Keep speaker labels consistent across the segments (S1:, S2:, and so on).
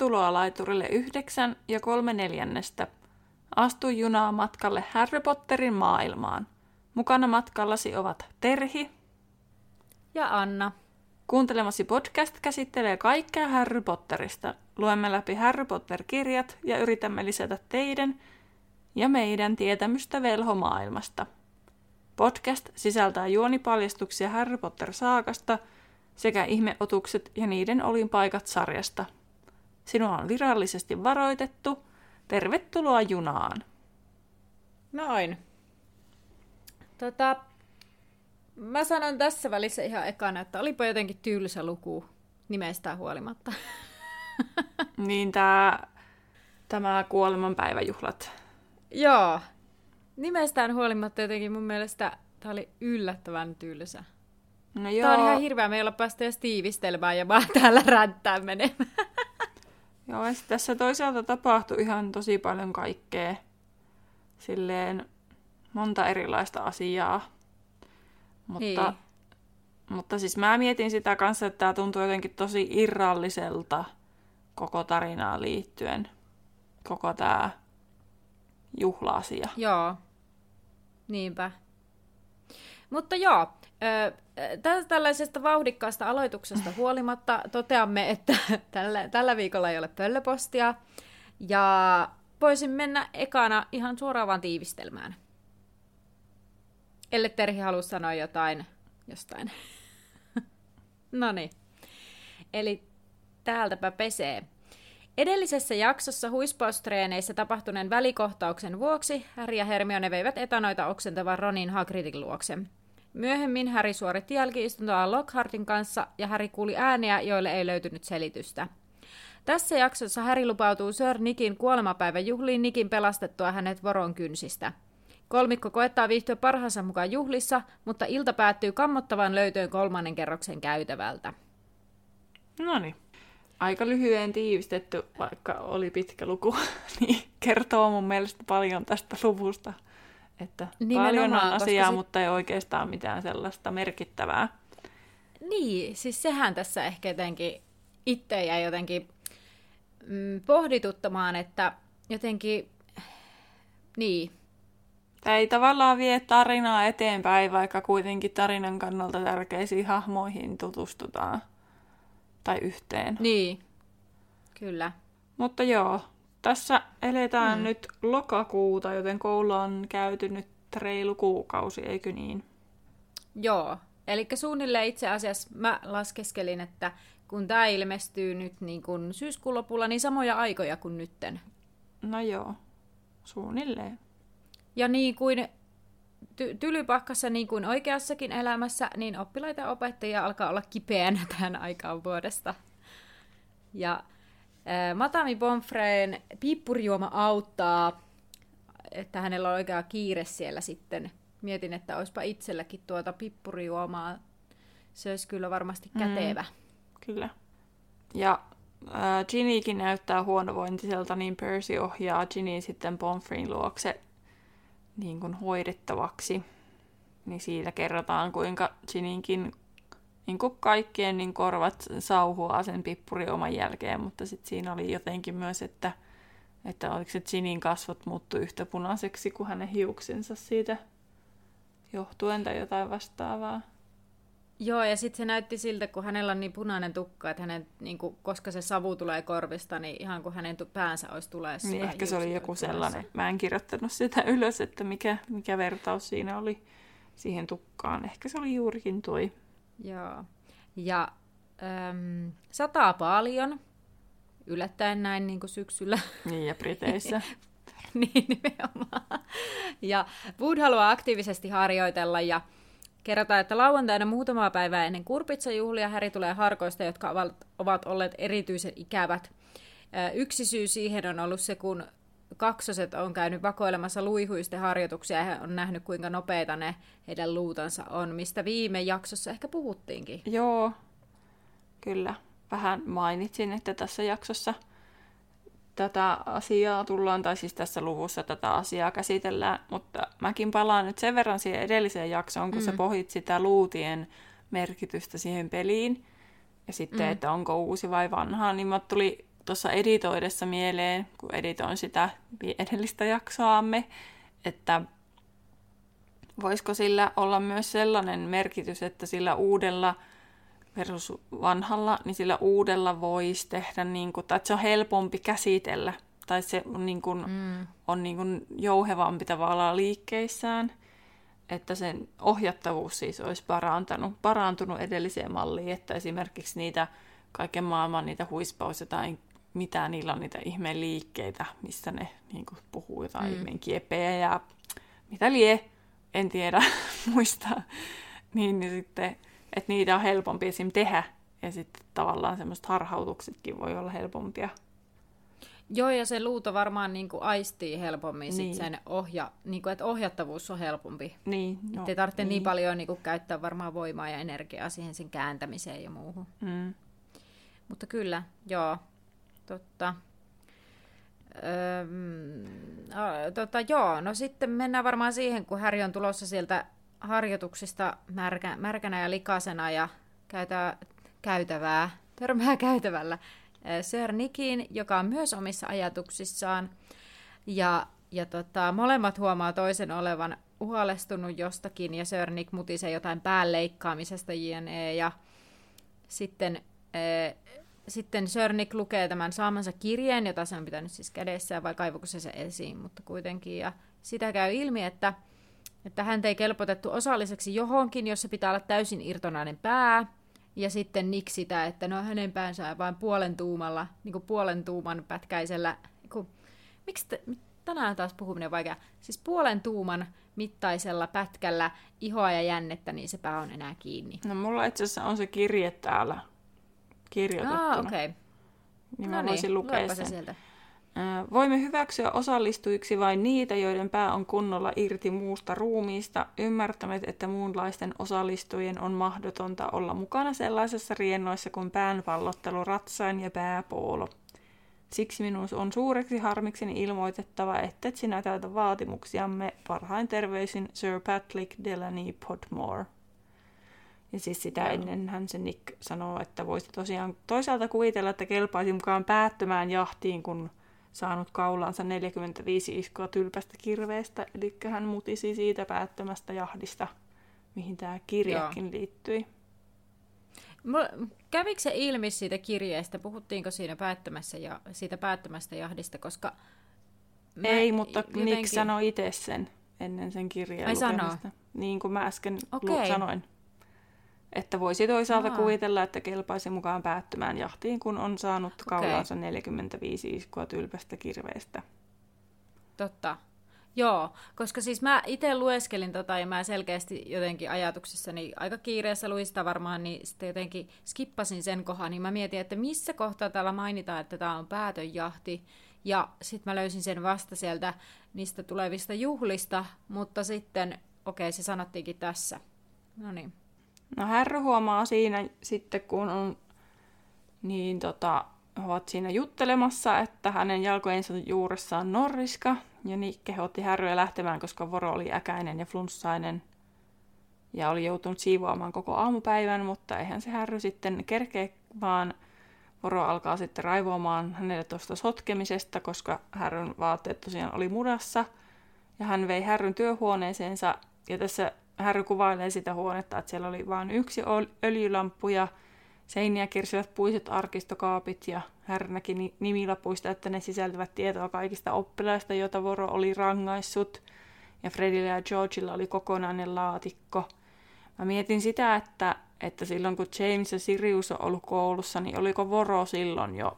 S1: Tervetuloa laiturille 9 ja 3/4. Astu junaa matkalle Harry Potterin maailmaan. Mukana matkallasi ovat Terhi
S2: ja Anna.
S1: Kuuntelemasi podcast käsittelee kaikkea Harry Potterista. Luemme läpi Harry Potter-kirjat ja yritämme lisätä teidän ja meidän tietämystä velhomaailmasta. Podcast sisältää juonipaljastuksia Harry Potter-saakasta sekä ihmeotukset ja niiden olinpaikat sarjasta. Sinua on virallisesti varoitettu. Tervetuloa junaan.
S2: Noin. Mä sanon tässä välissä ihan ekana, että olipa jotenkin tylsä luku nimestään huolimatta.
S1: Niin tämä kuolemanpäiväjuhlat.
S2: Joo. Nimestään huolimatta jotenkin mun mielestä tää oli yllättävän tylsä.
S1: No joo.
S2: Tää on ihan hirveä, me ei olla päästy edes tiivistelmään ja vaan täällä ränttään menemään.
S1: Joo, ja tässä toisaalta tapahtui ihan tosi paljon kaikkea. Silleen monta erilaista asiaa. Mutta siis mä mietin sitä kanssa, että tää tuntuu jotenkin tosi irralliselta koko tarinaan liittyen. Koko tää juhla-asia.
S2: Joo, niinpä. Mutta joo, tällaisesta vauhdikkaasta aloituksesta huolimatta toteamme, että tällä viikolla ei ole pöllöpostia. Ja voisin mennä ekana ihan suoraan vaan tiivistelmään. Elle Terhi halua sanoa jotain jostain. Noniin. Eli täältäpä pesee. Edellisessä jaksossa huispaustreeneissä tapahtuneen välikohtauksen vuoksi Harry ja Hermione veivät etanoita oksentavan Ronin Hagridin luokse. Myöhemmin Harry suoritti jälki-istuntoa Lockhartin kanssa ja Harry kuuli ääniä, joille ei löytynyt selitystä. Tässä jaksossa Harry lupautuu Sir Nickin kuolemapäiväjuhliin Nickin pelastettua hänet voron kynsistä. Kolmikko koettaa viihtyä parhaansa mukaan juhlissa, mutta ilta päättyy kammottavaan löytöön 3. kerroksen käytävältä.
S1: Noniin. Aika lyhyen tiivistetty, vaikka oli pitkä luku, niin kertoo mun mielestä paljon tästä luvusta. Että paljon on asiaa, mutta ei oikeastaan mitään sellaista merkittävää.
S2: Niin, siis sehän tässä ehkä jotenkin itse jäi jotenkin pohdituttamaan, että jotenkin, niin.
S1: Tämä ei tavallaan vie tarinaa eteenpäin, vaikka kuitenkin tarinan kannalta tärkeisiin hahmoihin tutustutaan. Tai yhteen.
S2: Niin, kyllä.
S1: Mutta joo, tässä eletään nyt lokakuuta, joten koulu on käyty nyt reilu kuukausi, eikö niin?
S2: Joo, eli suunnilleen itse asiassa mä laskeskelin, että kun tämä ilmestyy nyt niin kuin syyskuun lopulla, niin samoja aikoja kuin nytten.
S1: No joo, suunnilleen.
S2: Ja niin kuin Tylypahkassa, niin kuin oikeassakin elämässä, niin oppilaita ja opettajia alkaa olla kipeänä tähän aikaan vuodesta. Ja Madame Pomfreen pippurijuoma auttaa, että hänellä on oikea kiire siellä sitten. Mietin, että olisipa itselläkin tuota pippurijuomaa. Se olisi kyllä varmasti kätevä.
S1: Kyllä. Ja Ginnykin näyttää huonovointiselta, niin Percy ohjaa Ginny sitten Pomfreen luokse niin kuin hoidettavaksi. Niin siitä kerrotaan, kuinka Ginnykin niin kuin kaikkien niin korvat sauhuaa sen pippurioman jälkeen, mutta sitten siinä oli jotenkin myös, että oliko se Ginnyn kasvot muuttu yhtä punaiseksi kuin hänen hiuksensa siitä johtuen tai jotain vastaavaa.
S2: Joo, ja sitten se näytti siltä, kun hänellä on niin punainen tukka, että hänen, niin kuin, koska se savu tulee korvista, niin ihan kuin hänen päänsä olisi tulessa.
S1: Niin ehkä se oli joku sellainen. Mä en kirjoittanut sitä ylös, että mikä vertaus siinä oli siihen tukkaan. Ehkä se oli juurikin toi.
S2: Joo. Ja sataa paljon, yllättäen näin niin kuin syksyllä.
S1: Niin, ja Briteissä.
S2: Niin, nimenomaan. Ja Wood haluaa aktiivisesti harjoitella ja kerrotaan, että lauantaina muutamaa päivää ennen kurpitsajuhlia Harry tulee harkoista, jotka ovat olleet erityisen ikävät. Yksi syy siihen on ollut se, kun kaksoset on käynyt vakoilemassa luihuisten harjoituksia ja he on nähnyt, kuinka nopeita ne heidän luutansa on, mistä viime jaksossa ehkä puhuttiinkin.
S1: Joo, kyllä. Vähän mainitsin, että tässä jaksossa tätä asiaa tullaan, tai siis tässä luvussa tätä asiaa käsitellään, mutta mäkin palaan nyt sen verran siihen edelliseen jaksoon, kun sä pohit sitä luutien merkitystä siihen peliin, ja sitten, että onko uusi vai vanha, niin mä tuli tuossa editoidessa mieleen, kun editoin sitä edellistä jaksoamme, että voisiko sillä olla myös sellainen merkitys, että sillä uudella versus vanhalla, niin sillä uudella voisi tehdä, niin kuin, tai että se on helpompi käsitellä, tai se on, niin kuin, on niin kuin jouhevampi tavallaan liikkeissään, että sen ohjattavuus siis olisi parantunut edelliseen malliin, että esimerkiksi niitä kaiken maailman niitä huispaus jotain, mitä niillä on niitä ihmeen liikkeitä, missä ne niin kuin puhuu jotain ihmeen kiepejä ja mitä lie, en tiedä, muistaa, niin sitten, että niitä on helpompi esim. Tehdä, ja sitten tavallaan semmoiset harhautuksetkin voi olla helpompia.
S2: Joo, ja se luuto varmaan niin kuin aistii helpommin
S1: niin.
S2: sit sen niin kuin, että ohjattavuus on helpompi.
S1: Niin,
S2: no, ei tarvitse niin paljon niin kuin, käyttää varmaan voimaa ja energiaa siihen sen kääntämiseen ja muuhun. Mutta kyllä, joo, totta. Joo, no sitten mennään varmaan siihen, kun Harry on tulossa sieltä harjoituksista märkänä ja likaisena ja törmää käytävällä Sir Nickiin, joka on myös omissa ajatuksissaan. Ja molemmat huomaa toisen olevan huolestunut jostakin, ja Sir Nick mutisee jotain päänleikkaamisesta jne. Ja sitten Sir Nick lukee tämän saamansa kirjeen, jota se on pitänyt siis kädessään, vai kaivuuko se esiin, mutta kuitenkin. Ja sitä käy ilmi, että häntä ei kelpotettu osalliseksi johonkin, jossa pitää olla täysin irtonainen pää. Ja sitten Nick sitä, että no hänen päänsä vain puolen tuuman pätkäisellä. Tänään taas puhuminen vaikea. Siis puolen tuuman mittaisella pätkällä ihoa ja jännettä, niin se pää on enää kiinni.
S1: No mulla itse asiassa on se kirje täällä kirjoitettuna.
S2: Okei. Okay.
S1: Niin mä voisin lukea sen.
S2: Sieltä.
S1: Voimme hyväksyä osallistujiksi vain niitä, joiden pää on kunnolla irti muusta ruumiista, ymmärtäneet, että muunlaisten osallistujien on mahdotonta olla mukana sellaisessa riennoissa kuin päänvallottelu, ratsain ja pääpoolo. Siksi minun on suureksi harmikseni ilmoitettava, että sinä täytä vaatimuksiamme. Parhain terveisin Sir Patrick Delaney Podmore. Ja siis sitä ennenhän se Nick sanoo, että voisi tosiaan toisaalta kuvitella, että kelpaisi mukaan päättömään jahtiin, kun saanut kaulaansa 45 iskua tylpästä kirveestä. Eli hän mutisi siitä päättömästä jahdista, mihin tämä kirjakin liittyi.
S2: Kävikö se ilmi siitä kirjeestä? Puhuttiinko siinä siitä päättömästä jahdista? Koska
S1: ei, mutta Nick sanoi itse sen ennen sen kirjeen lukemista. Niin kuin mä äsken sanoin. Että voisi toisaalta kuvitella, että kelpaisi mukaan päättymään jahtiin, kun on saanut kaulaansa 45 iskua tylpästä kirveestä.
S2: Totta. Joo, koska siis mä itse lueskelin ja mä selkeästi jotenkin ajatuksissani aika kiireessä luin sitä varmaan, niin sitten jotenkin skippasin sen kohdan, niin mä mietin, että missä kohtaa täällä mainitaan, että tää on päätön jahti. Ja sitten mä löysin sen vasta sieltä niistä tulevista juhlista, mutta sitten, se sanottiinkin tässä. No niin.
S1: No Harry huomaa siinä sitten, kun on ovat siinä juttelemassa, että hänen jalkojensa juuressa on norriska, ja Nick kehotti Harryä lähtemään, koska Voro oli äkäinen ja flunssainen, ja oli joutunut siivoamaan koko aamupäivän, mutta eihän se Harry sitten kerkeä, vaan Voro alkaa sitten raivoamaan hänelle tuosta sotkemisesta, koska Harryn vaatteet tosiaan oli mudassa, ja hän vei Harryn työhuoneeseensa, ja tässä Harry kuvailee sitä huonetta, että siellä oli vain yksi öljylamppu ja seiniä kirsivät puiset arkistokaapit, ja Harry näki nimilapuista, että ne sisältävät tietoa kaikista oppilaista, joita Voro oli rangaissut, ja Fredillä ja Georgilla oli kokonainen laatikko. Mä mietin sitä, että silloin kun James ja Sirius on ollut koulussa, niin oliko Voro silloin jo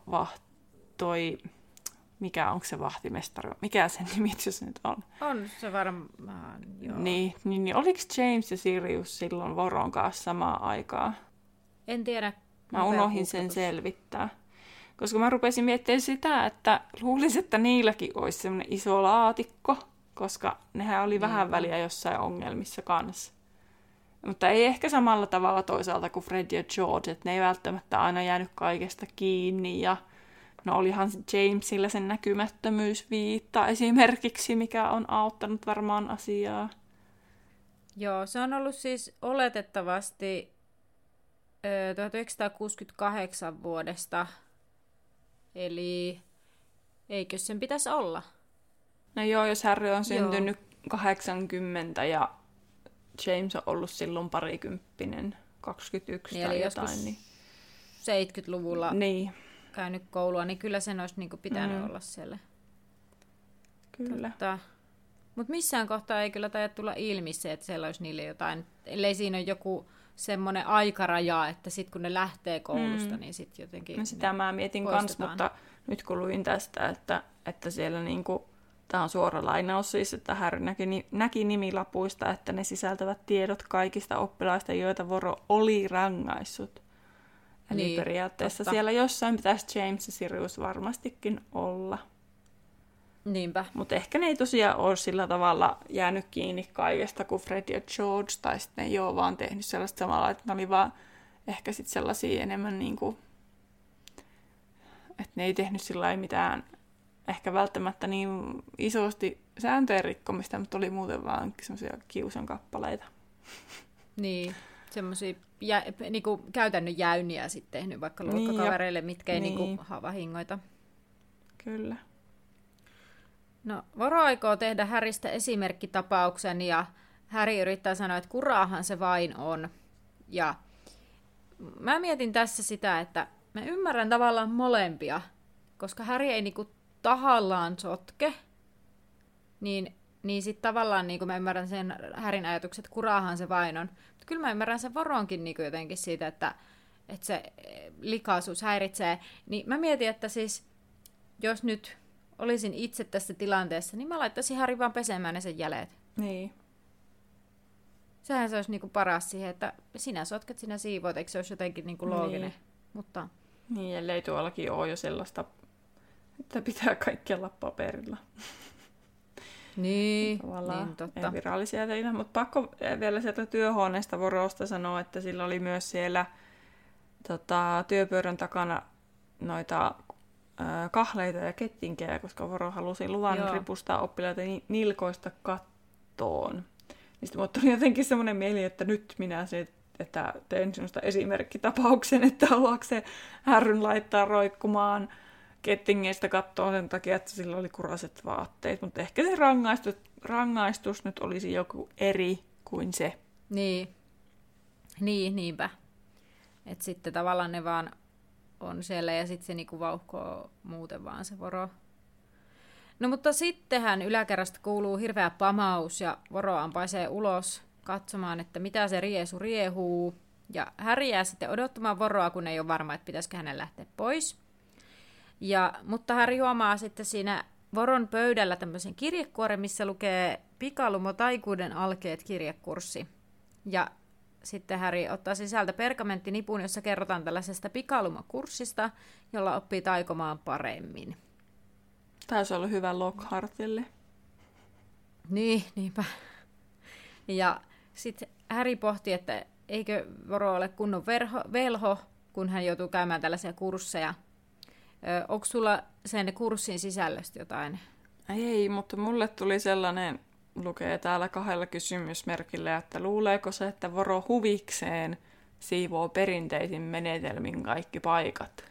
S1: onko se vahtimestari? Mikä sen nimitys nyt on?
S2: On se varmaan, joo.
S1: Niin oliko James ja Sirius silloin Voron kanssa samaan aikaan?
S2: En tiedä.
S1: Mä unohdin sen selvittää. Koska mä rupesin miettimään sitä, että luulisin, että niilläkin olisi semmoinen iso laatikko, koska nehän oli vähän väliä jossain ongelmissa kanssa. Mutta ei ehkä samalla tavalla toisaalta kuin Fred ja George, että ne ei välttämättä aina jäänyt kaikesta kiinni. Ja no olihan Jamesilla sen näkymättömyysviitta esimerkiksi, mikä on auttanut varmaan asiaa.
S2: Joo, se on ollut siis oletettavasti 1968 vuodesta Eli eikö sen pitäisi olla?
S1: No joo, jos Harry on syntynyt 80 ja James on ollut silloin parikymppinen, 21
S2: Niin,
S1: tai
S2: eli
S1: jotain. Niin
S2: 70-luvulla
S1: niin,
S2: käynyt koulua, niin kyllä sen olisi niinku pitänyt olla siellä.
S1: kyllä.
S2: Mutta missään kohtaa ei kyllä taida tulla ilmi se, että siellä olisi niille jotain, ellei siinä ole joku semmoinen aikaraja, että sitten kun ne lähtee koulusta, niin sitten jotenkin
S1: No sitä mä mietin kans, mutta nyt kun luin tästä, että siellä niinku, tämä on suora lainaus siis, että Harry näki nimilapuista, että ne sisältävät tiedot kaikista oppilaista, joita Voro oli rangaissut. Eli
S2: niin,
S1: periaatteessa
S2: totta.
S1: siellä jossain pitäisi James ja Sirius varmastikin olla.
S2: Niinpä.
S1: Mutta ehkä ne ei tosiaan ole sillä tavalla jäänyt kiinni kaikesta kuin Fred ja George, tai sitten ne ei ole vaan tehnyt sellaista samalla, että ne oli vaan ehkä sitten sellaisia enemmän niinku, että ne ei tehnyt sillä mitään ehkä välttämättä niin isosti sääntöjen rikkomista, mutta oli muuten vaan semmoisia kiusan kappaleita.
S2: Niin, semmoisia niinku käytännön jäyniä sitten tehnyt vaikka luokkakavereille, mitkä ei niinku vahingoita.
S1: Kyllä.
S2: No, Voro aikoo tehdä Harrystä esimerkkitapauksen ja Harry yrittää sanoa, että kuraahan se vain on. Ja mä mietin tässä sitä, että mä ymmärrän tavallaan molempia, koska Harry ei niinku tahallaan sotke, niin sitten tavallaan niinku mä ymmärrän sen Harryn ajatukset, että kuraahan se vain on. Mutta kyllä mä ymmärrän sen Voronkin niinku jotenkin siitä, että se likaisuus häiritsee. Niin mä mietin, että siis jos nyt olisin itse tässä tilanteessa, niin mä laittaisin Harry vaan pesemään ne sen jäljet.
S1: Niin.
S2: Sehän se olisi niinku paras siihen, että sinä sotket, sinä siivoat, eikö se olisi jotenkin niinku looginen.
S1: Niin.
S2: Mutta
S1: Niin, ellei tuollakin ole jo sellaista, että pitää kaikkia olla paperilla.
S2: niin,
S1: Tavallaan
S2: totta.
S1: ei virallisia teitä, mutta pakko vielä sieltä työhuoneesta Vorosta sanoa, että sillä oli myös siellä työpöydän takana noita kahleita ja kettinkejä, koska Voro halusi luvan ripustaa oppilaita nilkoista kattoon. Niin sitten tuli jotenkin semmoinen mieli, että nyt minä että teen semmoista esimerkkitapauksen, että haluaako se Harryn laittaa roikkumaan kettingeistä kattoon sen takia, että sillä oli kuraset vaatteet. Mutta ehkä se rangaistus nyt olisi joku eri kuin se.
S2: Niin, niinpä. Että sitten tavallaan ne vaan on siellä ja sitten se niinku vauhkoo muuten vaan se Voro. No mutta sittenhän yläkerrasta kuuluu hirveä pamaus ja Voro ampaisee ulos katsomaan, että mitä se riesu riehuu. Ja Harry jää sitten odottamaan Voroa, kun ei ole varma, että pitäisikö hänen lähteä pois. Mutta Harry huomaa sitten siinä Voron pöydällä tämmöisen kirjekuoren, missä lukee Pikalumo taikuuden alkeet -kirjekurssi. Ja sitten Harry ottaa sisältä pergamenttinipun, jossa kerrotaan tällaisesta Pikalumo-kurssista, jolla oppii taikomaan paremmin.
S1: Taisi olla hyvä Lockhartille.
S2: Niin, niinpä. Ja sitten Harry pohti, että eikö Voro ole kunnon velho, kun hän joutuu käymään tällaisia kursseja. Onko sulla sen kurssin sisällöstä jotain?
S1: Ei, mutta mulle tuli sellainen, lukee täällä 2 kysymysmerkillä, että luuleeko se, että Voro huvikseen siivoo perinteisin menetelmin kaikki paikat?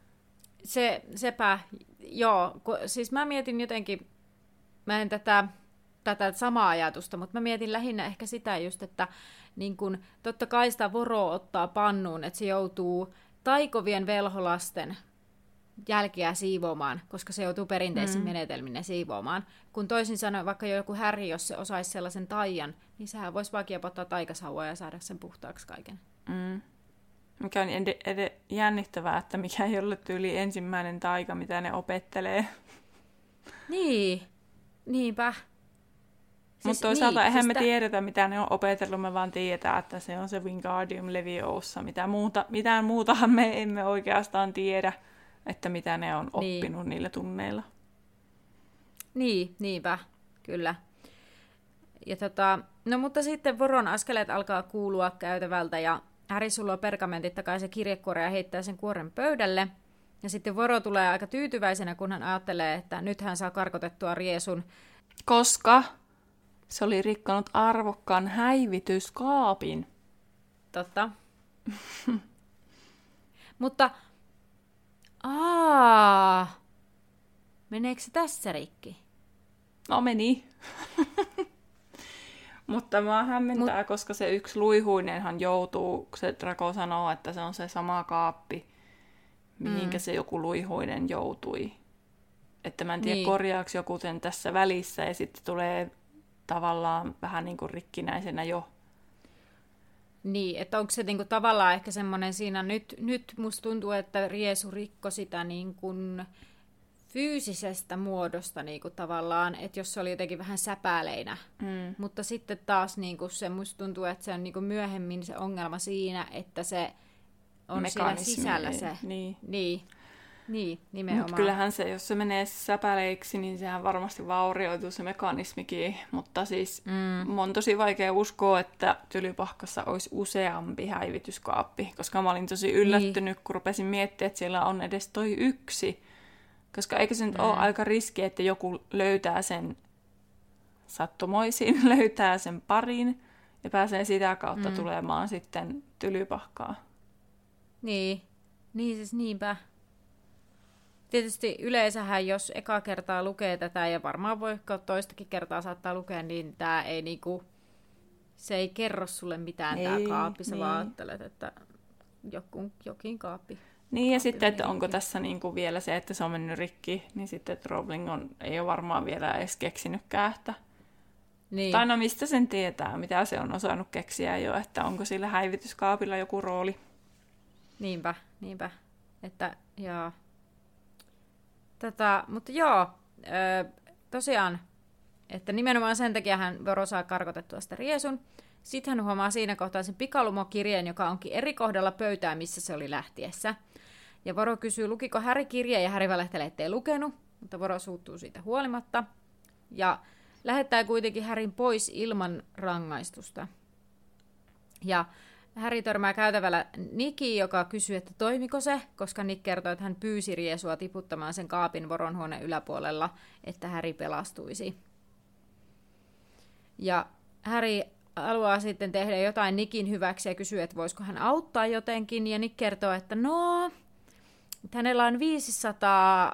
S2: Sepä, joo. Siis mä mietin jotenkin, mä en tätä samaa ajatusta, mutta mä mietin lähinnä ehkä sitä just, että niin kun, totta kai sitä Voro ottaa pannuun, että se joutuu taikovien velholasten jälkiä siivoamaan, koska se joutuu perinteisin menetelmin siivoamaan. Kun toisin sanoen vaikka joku Harry, jos se osaisi sellaisen taian, niin sehän voisi vaan kiepottaa taikasauvaa ja saada sen puhtaaksi kaiken.
S1: Mikä on jännittävää, että mikä ei ole tyyli ensimmäinen taika, mitä ne opettelee.
S2: Niin, niinpä.
S1: Mutta toisaalta eihän me tiedetä, mitä ne on opetellut, me vaan tiedetään, että se on se Wingardium Leviosa. Mitään muutahan me emme oikeastaan tiedä, että mitä ne on oppinut niillä tunneilla.
S2: Niin, niinpä, kyllä. Ja no mutta sitten Voron askeleet alkaa kuulua käytävältä ja Harry suloo pergamentit takaisin kirjekuoreen ja heittää sen kuoren pöydälle. Ja sitten Voro tulee aika tyytyväisenä, kun hän ajattelee, että nyt hän saa karkotettua riesun.
S1: Koska se oli rikkonut arvokkaan häivityskaapin.
S2: Totta. Mutta Meneekö se tässä rikki?
S1: No meni. Mutta mua hämmentää, koska se yksi luihuinenhan joutuu, se Draco sanoo, että se on se sama kaappi, mihinkä se joku luihuinen joutui. Että mä en tiedä, korjaako joku sen tässä välissä ja sitten tulee tavallaan vähän niin kuin rikkinäisenä jo.
S2: Niin, että onko se niinku tavallaan ehkä semmoinen siinä, nyt musta tuntuu, että Riesu rikko sitä niin kuin fyysisestä muodosta niinku tavallaan, että jos se oli jotenkin vähän säpäleinä. Mutta sitten taas niinku se musta tuntuu, että se on niinku myöhemmin se ongelma siinä, että se on siellä sisällä se. Niin, nimenomaan.
S1: Mutta kyllähän se, jos se menee säpäleiksi, niin sehän varmasti vaurioituu se mekanismikin. Mutta siis on tosi vaikea uskoa, että Tylypahkassa olisi useampi häivityskaappi. Koska mä olin tosi yllättynyt, kun rupesin miettimään, että siellä on edes toi yksi. Koska eikö se nyt ole aika riski, että joku löytää sen sattumoisin, löytää sen parin ja pääsee sitä kautta tulemaan sitten Tylypahkaa.
S2: Niin siis niinpä. Tietysti yleensähän, jos eka kertaa lukee tätä, ja varmaan voi toistakin kertaa saattaa lukea, niin tämä ei niinku, se ei kerro sulle mitään tämä kaappi. Sä vaan ajattelet, että jokin kaappi.
S1: Niin, ja sitten, että onko tässä niinku vielä se, että se on mennyt rikki, niin sitten että Rowling ei ole varmaan vielä edes keksinytkään, että...
S2: Niin.
S1: Tai no mistä sen tietää, mitä se on osannut keksiä jo, että onko sillä häivityskaapilla joku rooli.
S2: Niinpä. Että, joo. Mutta tosiaan, että nimenomaan sen takia hän Voro saa karkotettua sitä Riesun. Sitten hän huomaa siinä kohtaa sen pikalumokirjeen, joka onkin eri kohdalla pöytää, missä se oli lähtiessä. Ja Voro kysyy, lukiko Harry kirjeen, ja Harry valehtelee, ettei lukenut, mutta Voro suuttuu siitä huolimatta. Ja lähettää kuitenkin Harryn pois ilman rangaistusta. Ja Harry törmää käytävällä Nickiin, joka kysyy, että toimiko se, koska Nick kertoo, että hän pyysi Riesua tiputtamaan sen kaapin Voronhuoneen yläpuolella, että Harry pelastuisi. Ja Harry haluaa sitten tehdä jotain Nickin hyväksi ja kysyy, että voisiko hän auttaa jotenkin. Ja Nick kertoo, että että hänellä on 500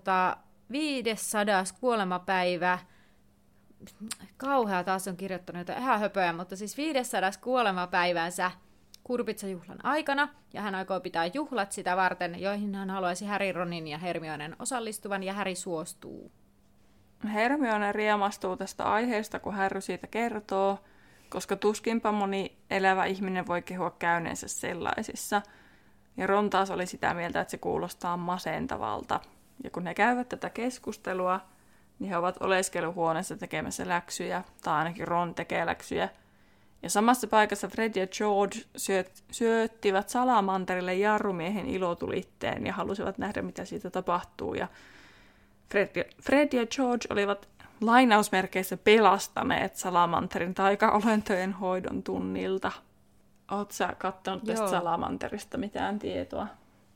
S2: kuolemapäivä. Kauhea taas on kirjoittanut jotain ihan höpöä, mutta siis 500 kuolemapäivänsä Kurpitsa-juhlan aikana, ja hän aikoo pitää juhlat sitä varten, joihin hän haluaisi Harry, Ronin ja Hermionen osallistuvan, ja Harry suostuu.
S1: Hermione riemastuu tästä aiheesta, kun Harry siitä kertoo, koska tuskinpa moni elävä ihminen voi kehua käyneensä sellaisissa. Ja Ron taas oli sitä mieltä, että se kuulostaa masentavalta. Ja kun he käyvät tätä keskustelua, niin he ovat oleskeluhuoneessa tekemässä läksyjä, tai ainakin Ron tekee läksyjä. Ja samassa paikassa Fred ja George syöttivät Salamanterille jarrumiehen ilotulitteen ja halusivat nähdä, mitä siitä tapahtuu. Ja Fred ja George olivat lainausmerkeissä pelastaneet Salamanterin taikaolentojen hoidon tunnilta. Oletko sä katsonut tästä Salamanterista mitään tietoa?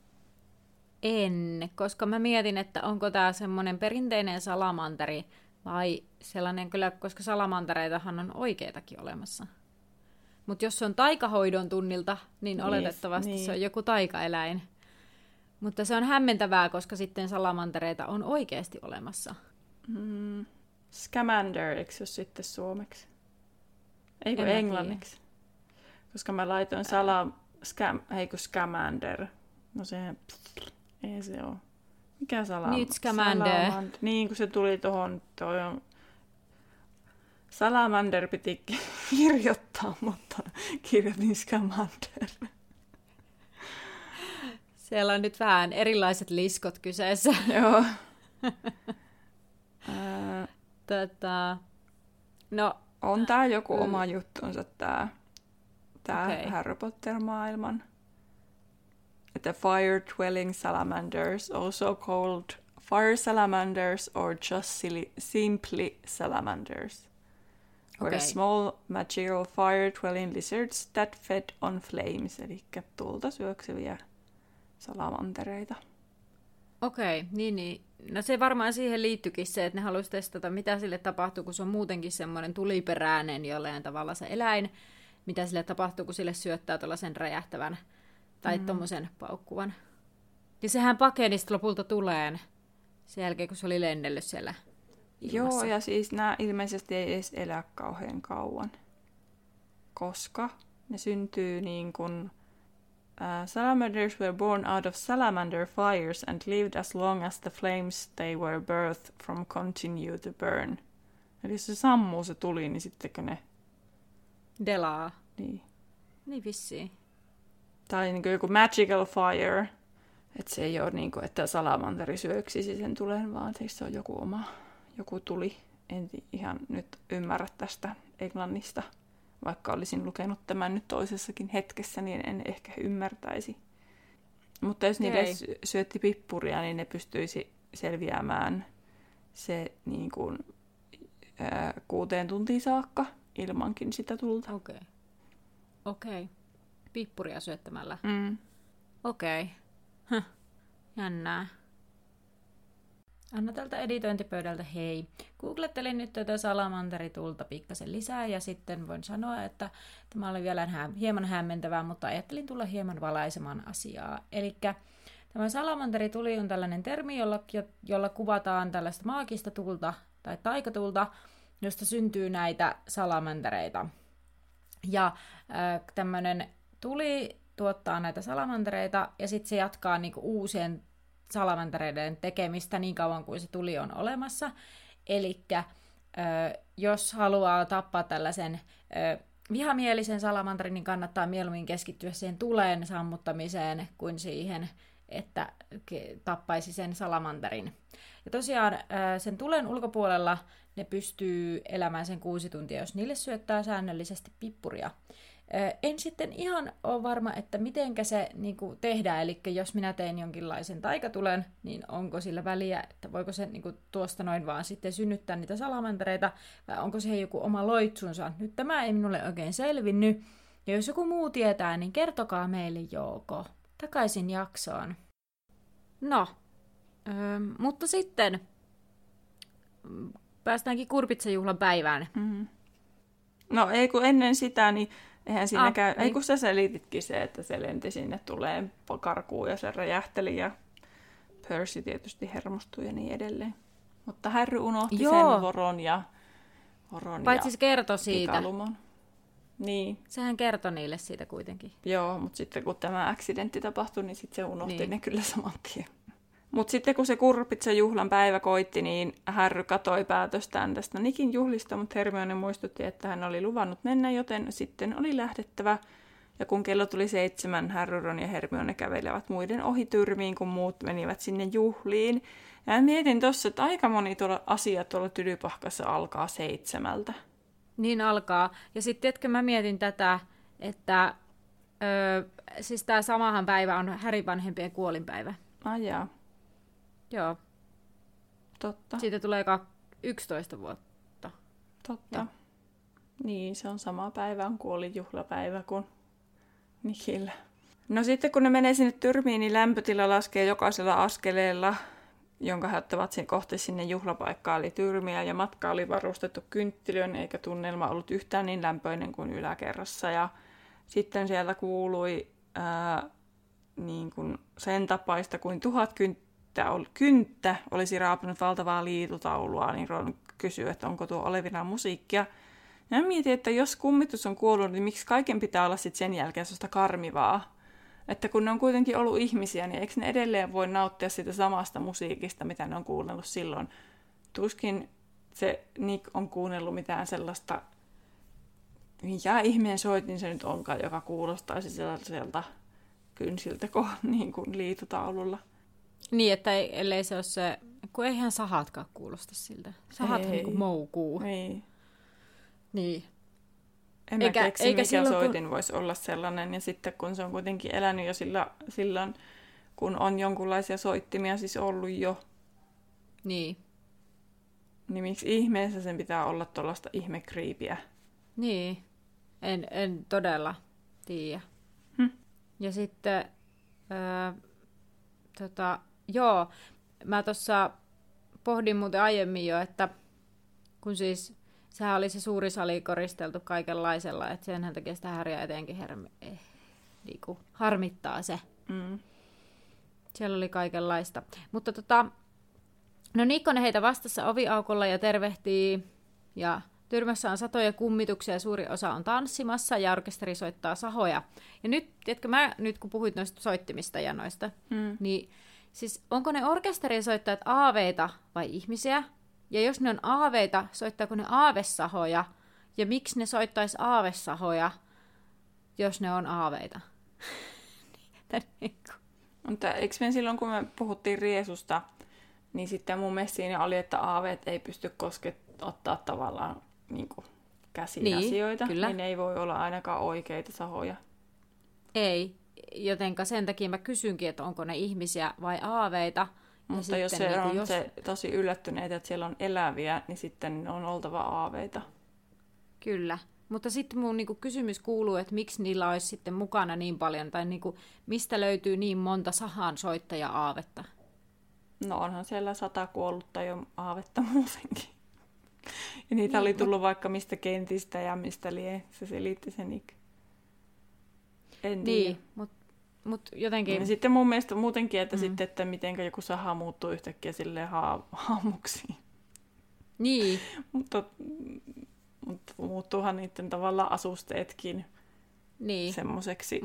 S2: En, koska mä mietin, että onko tämä semmoinen perinteinen salamanteri vai sellainen kyllä, koska salamantereitahan on oikeitakin olemassa. Mutta jos se on taikahoidon tunnilta, niin oletettavasti se on joku taikaeläin. Mutta se on hämmentävää, koska sitten salamantereita on oikeasti olemassa.
S1: Scamander, eikö se ole sitten suomeksi? Eikö englanniksi? Koska mä laitoin Scamander. No se... Ei se ole. Mikä
S2: Scamander.
S1: Niin, kun se tuli tuohon... Salamander piti kirjoittaa, mutta kirjoitin Scamander.
S2: Siellä on nyt vähän erilaiset liskot kyseessä.
S1: Joo.
S2: No,
S1: on tää joku oma juttunsa, tää Harry Potter-maailman. The fire-dwelling salamanders, also called fire salamanders or just simply salamanders, were small magical fire-dwelling lizards that fed on flames, eli tulta syökseviä salamantereita.
S2: Okei, niin. No se varmaan siihen liittyykin se, että ne haluaisi testata, mitä sille tapahtuu, kun se on muutenkin semmoinen tuliperäinen jollain tavalla se eläin, mitä sille tapahtuu, kun sille syöttää tuollaisen räjähtävän tai tommosen paukkuvan. Ja sehän pakeni sitten lopulta tuleen sen jälkeen, kun se oli lennellyt siellä ilmassa.
S1: Joo, ja siis nämä ilmeisesti ei edes elä kauhean kauan, koska ne syntyy niin kuin salamanders were born out of salamander fires and lived as long as the flames they were birthed from continue to burn. Eli jos se sammuu se tuli, niin sittenkö ne...
S2: Delaa.
S1: Niin.
S2: Niin vissiin.
S1: Tai niin kuin joku magical fire. Että se ei ole niin kuin, että salamanderi syöksisi sen tulen, vaan että se on joku tuli. En ihan nyt ymmärrä tästä englannista. Vaikka olisin lukenut tämän nyt toisessakin hetkessä, niin en ehkä ymmärtäisi. Mutta jos niille syötti pippuria, niin ne pystyisi selviämään se niin kuin, 6 tuntiin saakka ilmankin sitä tulta.
S2: Okei. Pippuria syöttämällä.
S1: Okei.
S2: Jännää. Anna tältä editointipöydältä hei. Googlettelin nyt tätä salamanteritulta pikkasen lisää ja sitten voin sanoa, että tämä oli vielä hieman hämmentävää, mutta ajattelin tulla hieman valaisemaan asiaa. Elikkä tämä salamanterituli on tällainen termi, jolla kuvataan tällaista maagista tulta tai taikatulta, josta syntyy näitä salamantereita. Ja tämmöinen tuli tuottaa näitä salamantereita ja sitten se jatkaa niinku uusien salamantereiden tekemistä niin kauan kuin se tuli on olemassa. Elikkä jos haluaa tappaa tällaisen vihamielisen salamanterin, niin kannattaa mieluummin keskittyä siihen tuleen sammuttamiseen kuin siihen, että tappaisi sen salamanterin. Ja tosiaan sen tulen ulkopuolella ne pystyy elämään sen 6 tuntia, jos niille syöttää säännöllisesti pippuria. En sitten ihan ole varma, että mitenkä se niin kuin tehdään, eli jos minä teen jonkinlaisen taikatulen, niin onko sillä väliä, että voiko se niin kuin tuosta noin vaan sitten synnyttää niitä salamantereita, vai onko se joku oma loitsunsa. Nyt tämä ei minulle oikein selvinnyt, ja jos joku muu tietää, niin kertokaa meille Jouko. Takaisin jaksoon. No, mutta sitten päästäänkin Kurpitsajuhlan päivään.
S1: No ei kun ennen sitä, niin eihän siinä käy. Ei kun sä selititkin se, että se lenti sinne tulee karkuun ja se räjähteli ja Percy tietysti hermostui ja niin edelleen. Mutta Harry unohti sen voron ja
S2: paitsi se kertoi siitä.
S1: Pikalumon. Niin.
S2: Sehän kertoi niille siitä kuitenkin.
S1: Joo, mutta sitten kun tämä accidentti tapahtui, niin sitten se unohti ne kyllä saman tien. Mutta sitten kun se Kurpitsan juhlan päivä koitti, niin Harry katoi päätöstään tästä Nikin juhlista, mutta Hermione muistutti, että hän oli luvannut mennä, joten sitten oli lähdettävä. Ja kun kello tuli 7, Harry, Ron ja Hermione kävelevät muiden ohi tyrmiin, kun muut menivät sinne juhliin. Ja mietin tuossa, että aika moni asia tuolla Tylypahkassa alkaa 7.
S2: Niin alkaa. Ja sitten tiedätkö, mä mietin tätä, että siis tämä samahan päivä on Harryn vanhempien kuolinpäivä.
S1: Jaa.
S2: Joo.
S1: Totta.
S2: Siitä tulee 11 vuotta.
S1: Totta. Ja. Niin, se on sama päivä, on kuolinjuhlapäivä kuin Nikillä. No sitten kun ne menee sinne tyrmiin, niin lämpötila laskee jokaisella askeleella, jonka he ottavat sen kohti sinne juhlapaikkaan, eli tyrmiä, ja matka oli varustettu kynttilöön, eikä tunnelma ollut yhtään niin lämpöinen kuin yläkerrassa. Ja sitten sieltä kuului niin kuin sen tapaista kuin 1000 kynttä olisi raapunut valtavaa liitutaulua, niin Ron kysyi, että onko tuo olevinaan musiikkia. Ja mietin, että jos kummitus on kuollut, niin miksi kaiken pitää olla sitten sen jälkeen sellaista karmivaa? Että kun ne on kuitenkin ollut ihmisiä, niin eikö ne edelleen voi nauttia siitä samasta musiikista, mitä ne on kuunnellut silloin? Tuskin se Nick on kuunnellut mitään sellaista, mikä ihmeen soitin se nyt onkaan, joka kuulostaisi sellaiselta kynsiltä niin kuin liitutaululla.
S2: Niin, että ellei se ole se, kun eihän sahatkaan kuulosta siltä. Sahathan niin kuin moukuu. Niin.
S1: En mä keksi, mikä soitin voisi olla sellainen. Ja sitten kun se on kuitenkin elänyt jo silloin, kun on jonkunlaisia soittimia siis ollut jo.
S2: Niin.
S1: Niin miksi ihmeessä sen pitää olla tuollaista ihmekriipiä?
S2: Niin. En todella tiedä. Ja sitten joo, mä tuossa pohdin muuten aiemmin jo, että kun siis sehän oli se suuri sali koristeltu kaikenlaisella, että senhän takia sitä Harrya etenkin niinku harmittaa se. Siellä oli kaikenlaista. Mutta no Nikkonen heitä vastassa oviaukolla ja tervehtii. Ja tyrmässä on satoja kummituksia ja suuri osa on tanssimassa ja orkesteri soittaa sahoja. Ja nyt, tiedätkö, nyt kun puhuit noista soittimista ja noista, niin siis onko ne orkesterisoittajat aaveita vai ihmisiä? Ja jos ne on aaveita, soittaako ne aavessahoja? Ja miksi ne soittaisi aavessahoja, jos ne on aaveita?
S1: Mutta eikö me silloin, kun me puhuttiin riesusta, niin sitten mun mielestä siinä oli, että aaveet ei pysty ottaa tavallaan niin kuin käsiin asioita,
S2: kyllä.
S1: Niin ei voi olla ainakaan oikeita sahoja.
S2: Ei, jotenka sen takia mä kysynkin, että onko ne ihmisiä vai aaveita.
S1: Mutta jos se on se tosi yllättyneitä, että siellä on eläviä, niin sitten on oltava aaveita.
S2: Kyllä, mutta sitten mun kysymys kuuluu, että miksi niillä olisi sitten mukana niin paljon, tai mistä löytyy niin monta sahan soittaja-aavetta?
S1: No onhan siellä 100 kuollutta jo aavetta muutenkin. Ja niitä oli tullut vaikka mistä kentistä ja mistä lie. Se selitti sen En tiedä.
S2: Mut jotenkin...
S1: Ja sitten mun mielestä muutenkin, että sitten, että miten joku saha muuttuu yhtäkkiä silleen haamuksiin.
S2: Niin.
S1: Mutta muuttuuhan niiden tavallaan asusteetkin semmoiseksi.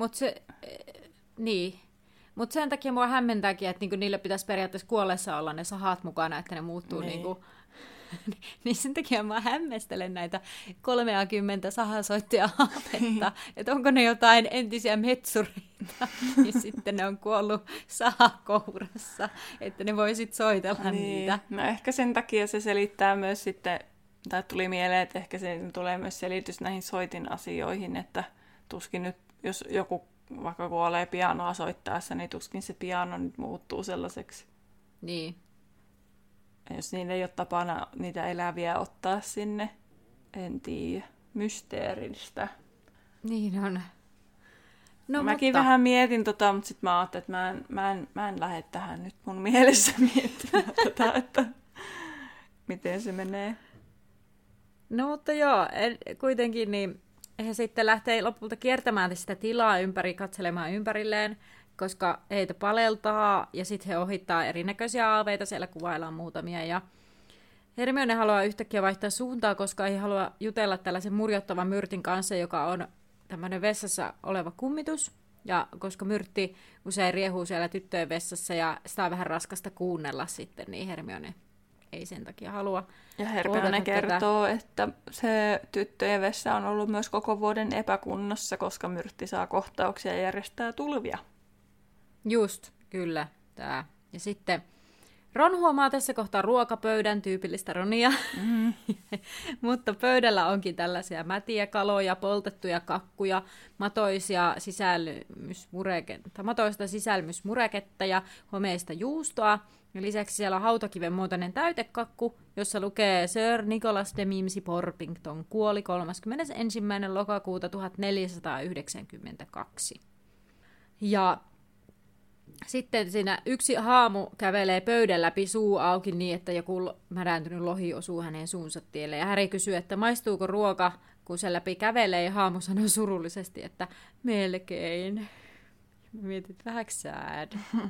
S2: Mutta sen takia mua hämmentääkin, että niillä pitäisi periaatteessa kuolleessa olla ne sahat mukana, että ne muuttuu niin sen takia mä hämmästelen näitä 30 sahasoittaja-aavetta, että onko ne jotain entisiä metsureita, niin sitten ne on kuollut sahakourassa, että ne voi sitten soitella niitä.
S1: No ehkä sen takia se selittää myös sitten, tai tuli mieleen, että ehkä se tulee myös selitys näihin soitin asioihin, että tuskin nyt, jos joku vaikka kuolee pianoa soittaessa, niin tuskin se piano nyt muuttuu sellaiseksi.
S2: Niin.
S1: Jos niillä ei ole tapana niitä eläviä ottaa sinne, en tiedä, mysteeristä.
S2: Niin on. No,
S1: Mäkin vähän mietin mutta sitten mä ajattelin, että mä en lähde tähän nyt mun mielessä miettimään että miten se menee.
S2: No mutta joo, kuitenkin niin he sitten lähtee lopulta kiertämään sitä tilaa ympäri, katselemaan ympärilleen, koska heitä paleltaa ja sitten he ohittaa erinäköisiä aaveita, siellä kuvaillaan muutamia ja Hermione haluaa yhtäkkiä vaihtaa suuntaa, koska ei halua jutella tällaisen murjottavan Myrtin kanssa, joka on tämmöinen vessassa oleva kummitus. Ja koska Myrtti usein riehuu siellä tyttöjen vessassa ja sitä on vähän raskasta kuunnella sitten, niin Hermione ei sen takia halua.
S1: Ja Hermione kertoo, että se tyttöjen vessa on ollut myös koko vuoden epäkunnossa, koska Myrtti saa kohtauksia ja järjestää tulvia.
S2: Just, kyllä. Tää. Ja sitten Ron huomaa tässä kohtaa ruokapöydän, tyypillistä Ronia, mutta pöydällä onkin tällaisia mätiä kaloja, poltettuja kakkuja, matoista sisälmysmureketta ja homeista juustoa. Ja lisäksi siellä on hautakiven muotoinen täytekakku, jossa lukee Sir Nicholas de Mimsy Porpington kuoli 31. lokakuuta 1492. Ja sitten siinä yksi haamu kävelee pöydän läpi suu auki niin, että joku mädäntynyt lohi osuu hänen suunsa tielle. Ja Harry kysyy, että maistuuko ruoka, kun se läpi kävelee, ja haamu sanoo surullisesti, että melkein. Mietit vähän sad.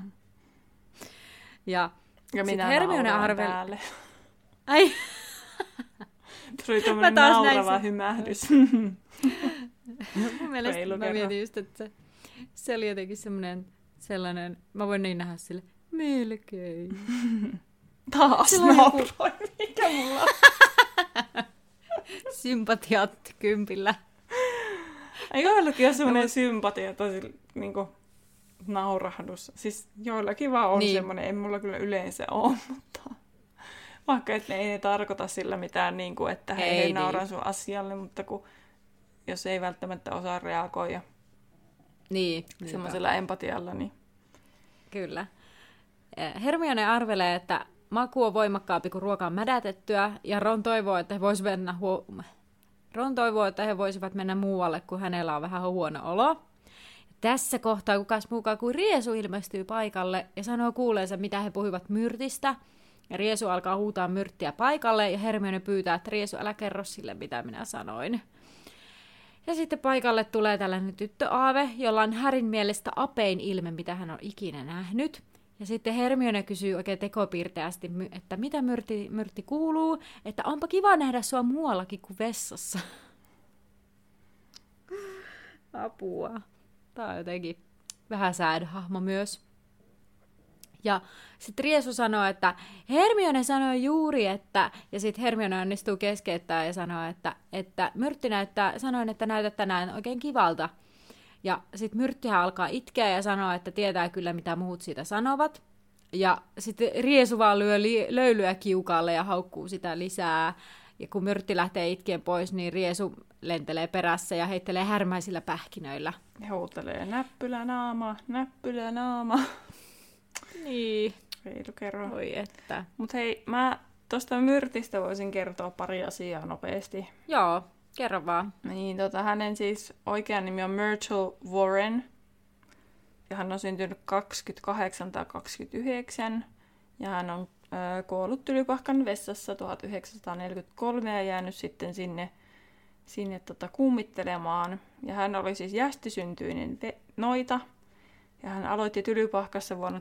S2: Ja
S1: minä Hermione päälle.
S2: Ai.
S1: Tuli tuommoinen naurava hymähdys.
S2: Mun mielestä mä mietin just, että se oli jotenkin sellainen, mä voin niin nähdä sille, melkein.
S1: Taas nauroin, mikä mulla on?
S2: Sympatiat kympillä.
S1: Joillakin on semmoinen sympatia, tosi niinku naurahdus. Siis joillakin vaan on semmoinen, ei mulla kyllä yleensä ole, mutta vaikka et ei ne tarkoita sillä mitään, niin kuin, että hei nauran sun asialle, mutta jos ei välttämättä osaa reagoida semmoisella empatialla, niin
S2: kyllä. Hermione arvelee, että maku on voimakkaampi, kun ruoka on mädätettyä, ja Ron toivoo, että he voisivat mennä muualle, kun hänellä on vähän huono olo. Tässä kohtaa kukas muukaan kuin Riesu ilmestyy paikalle ja sanoo kuuleensa, mitä he puhuivat Myrtistä. Ja Riesu alkaa huutaa Myrttiä paikalle ja Hermione pyytää, että Riesu, älä kerro sille, mitä minä sanoin. Ja sitten paikalle tulee tällainen tyttöaave, jolla on Harryn mielestä apein ilme, mitä hän on ikinä nähnyt. Ja sitten Hermione kysyy oikein tekopiirteästi, että mitä Myrtti kuuluu, että onpa kiva nähdä sua muuallakin kuin vessassa. Apua. Tää on jotenkin vähän sad-hahmo myös. Ja sitten Riesu sanoo, että Hermione sanoi juuri, että... Ja sitten Hermione onnistuu keskeyttää ja sanoo, että Myrtti sanoin, että näytät tänään oikein kivalta. Ja sitten Myrttihän alkaa itkeä ja sanoo, että tietää kyllä, mitä muut siitä sanovat. Ja sitten Riesu vaan lyö löylyä kiukaalle ja haukkuu sitä lisää. Ja kun Myrtti lähtee itkien pois, niin Riesu lentelee perässä ja heittelee härmäisillä pähkinöillä.
S1: Huutelee näppylä naama.
S2: Niin.
S1: Reilu kerro.
S2: Voi että.
S1: Mut hei, mä tosta Myrtistä voisin kertoa pari asiaa nopeasti.
S2: Joo, kerro vaan.
S1: Niin, hänen siis oikea nimi on Myrtle Warren. Ja hän on syntynyt 28 tai 29. Ja hän on kuollut Tylypahkan vessassa 1943 ja jäänyt sitten sinne kummittelemaan. Ja hän oli siis jästisyntyinen noita. Ja hän aloitti Tylypahkassa vuonna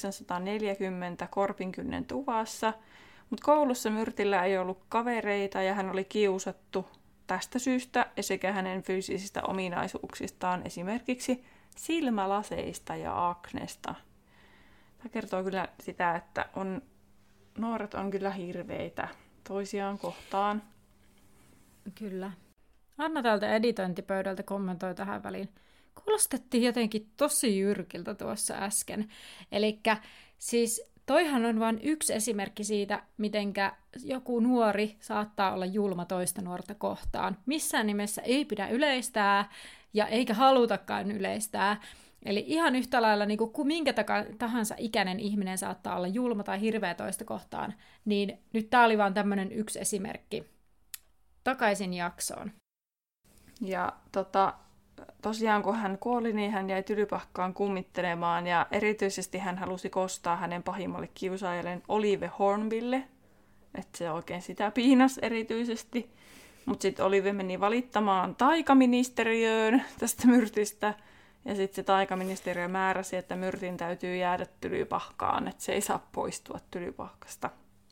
S1: 1940 Korpinkynnen tuvassa. Mutta koulussa Myrtillä ei ollut kavereita ja hän oli kiusattu tästä syystä ja sekä hänen fyysisistä ominaisuuksistaan, esimerkiksi silmälaseista ja aknesta. Tämä kertoo kyllä sitä, että nuoret on kyllä hirveitä toisiaan kohtaan.
S2: Kyllä. Anna täältä editointipöydältä kommentoi tähän väliin. Kuulostettiin jotenkin tosi jyrkiltä tuossa äsken. Elikkä siis toihan on vain yksi esimerkki siitä, mitenkä joku nuori saattaa olla julma toista nuorta kohtaan. Missään nimessä ei pidä yleistää ja eikä halutakaan yleistää. Eli ihan yhtä lailla niin kuin minkä tahansa ikäinen ihminen saattaa olla julma tai hirveä toista kohtaan, niin nyt tää oli vaan tämmöinen yksi esimerkki. Takaisin jaksoon.
S1: Ja tosiaan kun hän kuoli, niin hän jäi Tylypahkaan kummittelemaan ja erityisesti hän halusi kostaa hänen pahimmalle kiusaajalleen Olive Hornbille, että se oikein sitä piinas erityisesti. Mutta sitten Olive meni valittamaan taikaministeriöön tästä Myrtistä ja sitten se taikaministeriö määräsi, että Myrtin täytyy jäädä Tylypahkaan, että se ei saa poistua Tylypahkasta.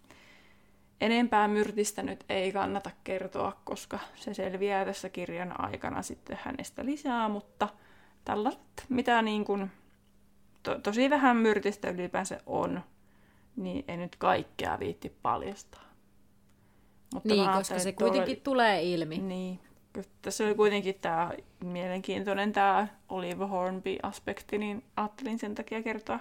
S1: Enempää Myrtistä nyt ei kannata kertoa, koska se selviää tässä kirjan aikana sitten hänestä lisää, mutta tällaiset, mitä niin kuin tosi vähän Myrtistä ylipäänsä on, niin ei nyt kaikkea viitti paljastaa. Mutta
S2: niin, koska se kuitenkin tulee ilmi.
S1: Niin, tässä oli kuitenkin tämä mielenkiintoinen tämä Olive Hornby-aspekti, niin ajattelin sen takia kertoa.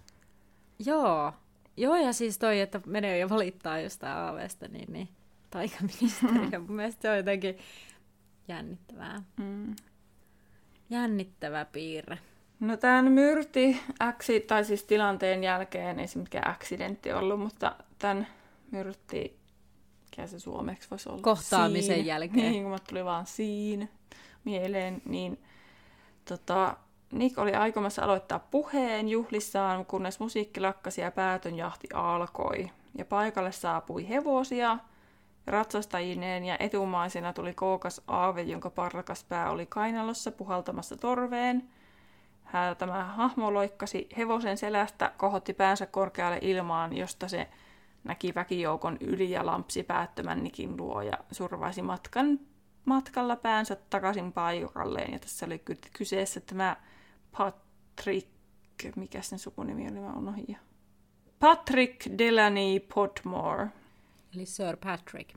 S2: Joo, ja siis toi, että menee jo valittaa jostain AV:stä, niin taikaministeriö. Mun mielestä se on jotenkin jännittävää. Jännittävä piirre.
S1: No tämän Myrti, tai siis tilanteen jälkeen, ei se mikään accidentti ollut, mutta tämän Myrti, mikä se suomeksi voisi olla?
S2: Kohtaamisen jälkeen.
S1: Niin, kun mä tuli vaan siinä mieleen, niin Nick oli aikomassa aloittaa puheen juhlissaan, kunnes musiikki lakkasi ja päätönjahti alkoi. Ja paikalle saapui hevosia ratsastajineen ja etumaisena tuli kookas aave, jonka parrakas pää oli kainalossa puhaltamassa torveen. Tämä hahmo loikkasi hevosen selästä, kohotti päänsä korkealle ilmaan, josta se näki väkijoukon yli ja lampsi päättömän Nickin luo ja survaisi matkalla päänsä takaisin paikalleen. Ja tässä oli kyseessä tämä Patrick, mikä sen sukunimi oli, mä unohdin. Patrick Delaney Podmore.
S2: Eli Sir Patrick.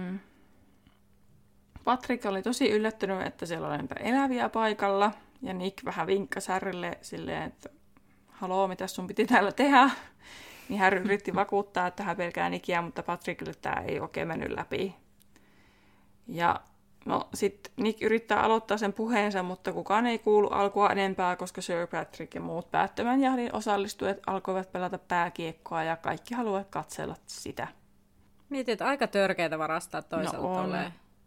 S1: Patrick oli tosi yllättynyt, että siellä oli näitä eläviä paikalla. Ja Nick vähän vinkkasi Harrylle silleen, että haloo, mitä sun piti täällä tehdä. Niin Harry yritti vakuuttaa, että hän pelkää Nickiä, mutta Patrickille tämä ei oikein mennyt läpi. Ja no sitten Nick yrittää aloittaa sen puheensa, mutta kukaan ei kuulu alkua enempää, koska Sir Patrick ja muut päättömän jahdin osallistujat alkoivat pelata pääkiekkoa ja kaikki haluavat katsella sitä.
S2: Mietit, että aika törkeitä varastaa toiselta.
S1: No on.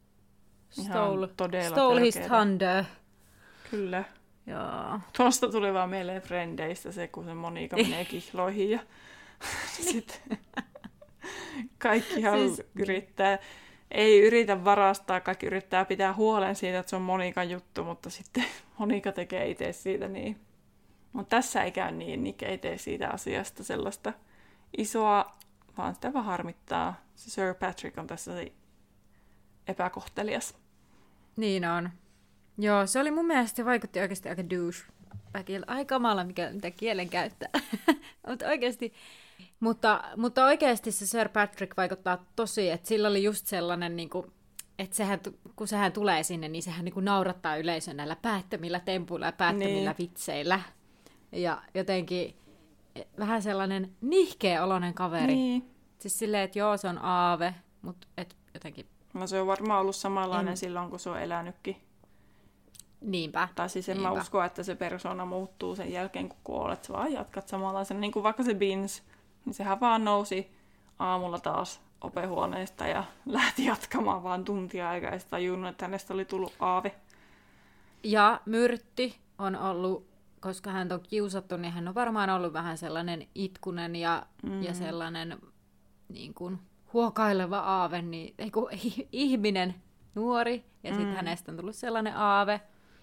S2: Stole his thunder.
S1: Kyllä.
S2: Joo.
S1: Tuosta tuli vaan mieleen Frendeistä se, kun se Monika menee kihloihin ja sitten kaikki yrittää. Ei yritä varastaa, kaikki yrittää pitää huolen siitä, että se on Monikan juttu, mutta sitten Monika tekee itse siitä niin Mutta tässä ei käy niin, Nick ei tee siitä asiasta sellaista isoa, vaan sitä vaan harmittaa. Se Sir Patrick on tässä epäkohtelias.
S2: Niin on. Joo, se oli mun mielestä, se vaikutti oikeasti aika douchebagilta. Ai kamala, mitä kielen käyttää. Mutta oikeasti. Mutta oikeasti se Sir Patrick vaikuttaa tosi, että sillä oli just sellainen, niin kuin, että kun sehän tulee sinne, niin sehän niin kuin naurattaa yleisön näillä päättömillä tempuilla ja päättömillä vitseillä. Ja jotenkin vähän sellainen nihkeä oloinen kaveri.
S1: Niin.
S2: Siis silleen, että joo, se on aave, mutta jotenkin...
S1: No se on varmaan ollut samanlainen silloin, kun se on elänytkin.
S2: Niinpä.
S1: Tai siis en mä usko, että se persona muuttuu sen jälkeen, kun kuolet. Sä vaan jatkat samanlaisena. Niin kuin vaikka se Binns, niin sehän vaan nousi aamulla taas opehuoneesta ja lähti jatkamaan vaan tuntia aikaa. Ja tajunnut, että hänestä oli tullut aave. Ja
S2: Myrtti on ollut, koska hän on kiusattu, niin hän on varmaan ollut vähän sellainen itkunen ja sellainen niin kuin huokaileva aave, niin, ihminen, nuori, ja sitten hänestä on tullut sellainen aave.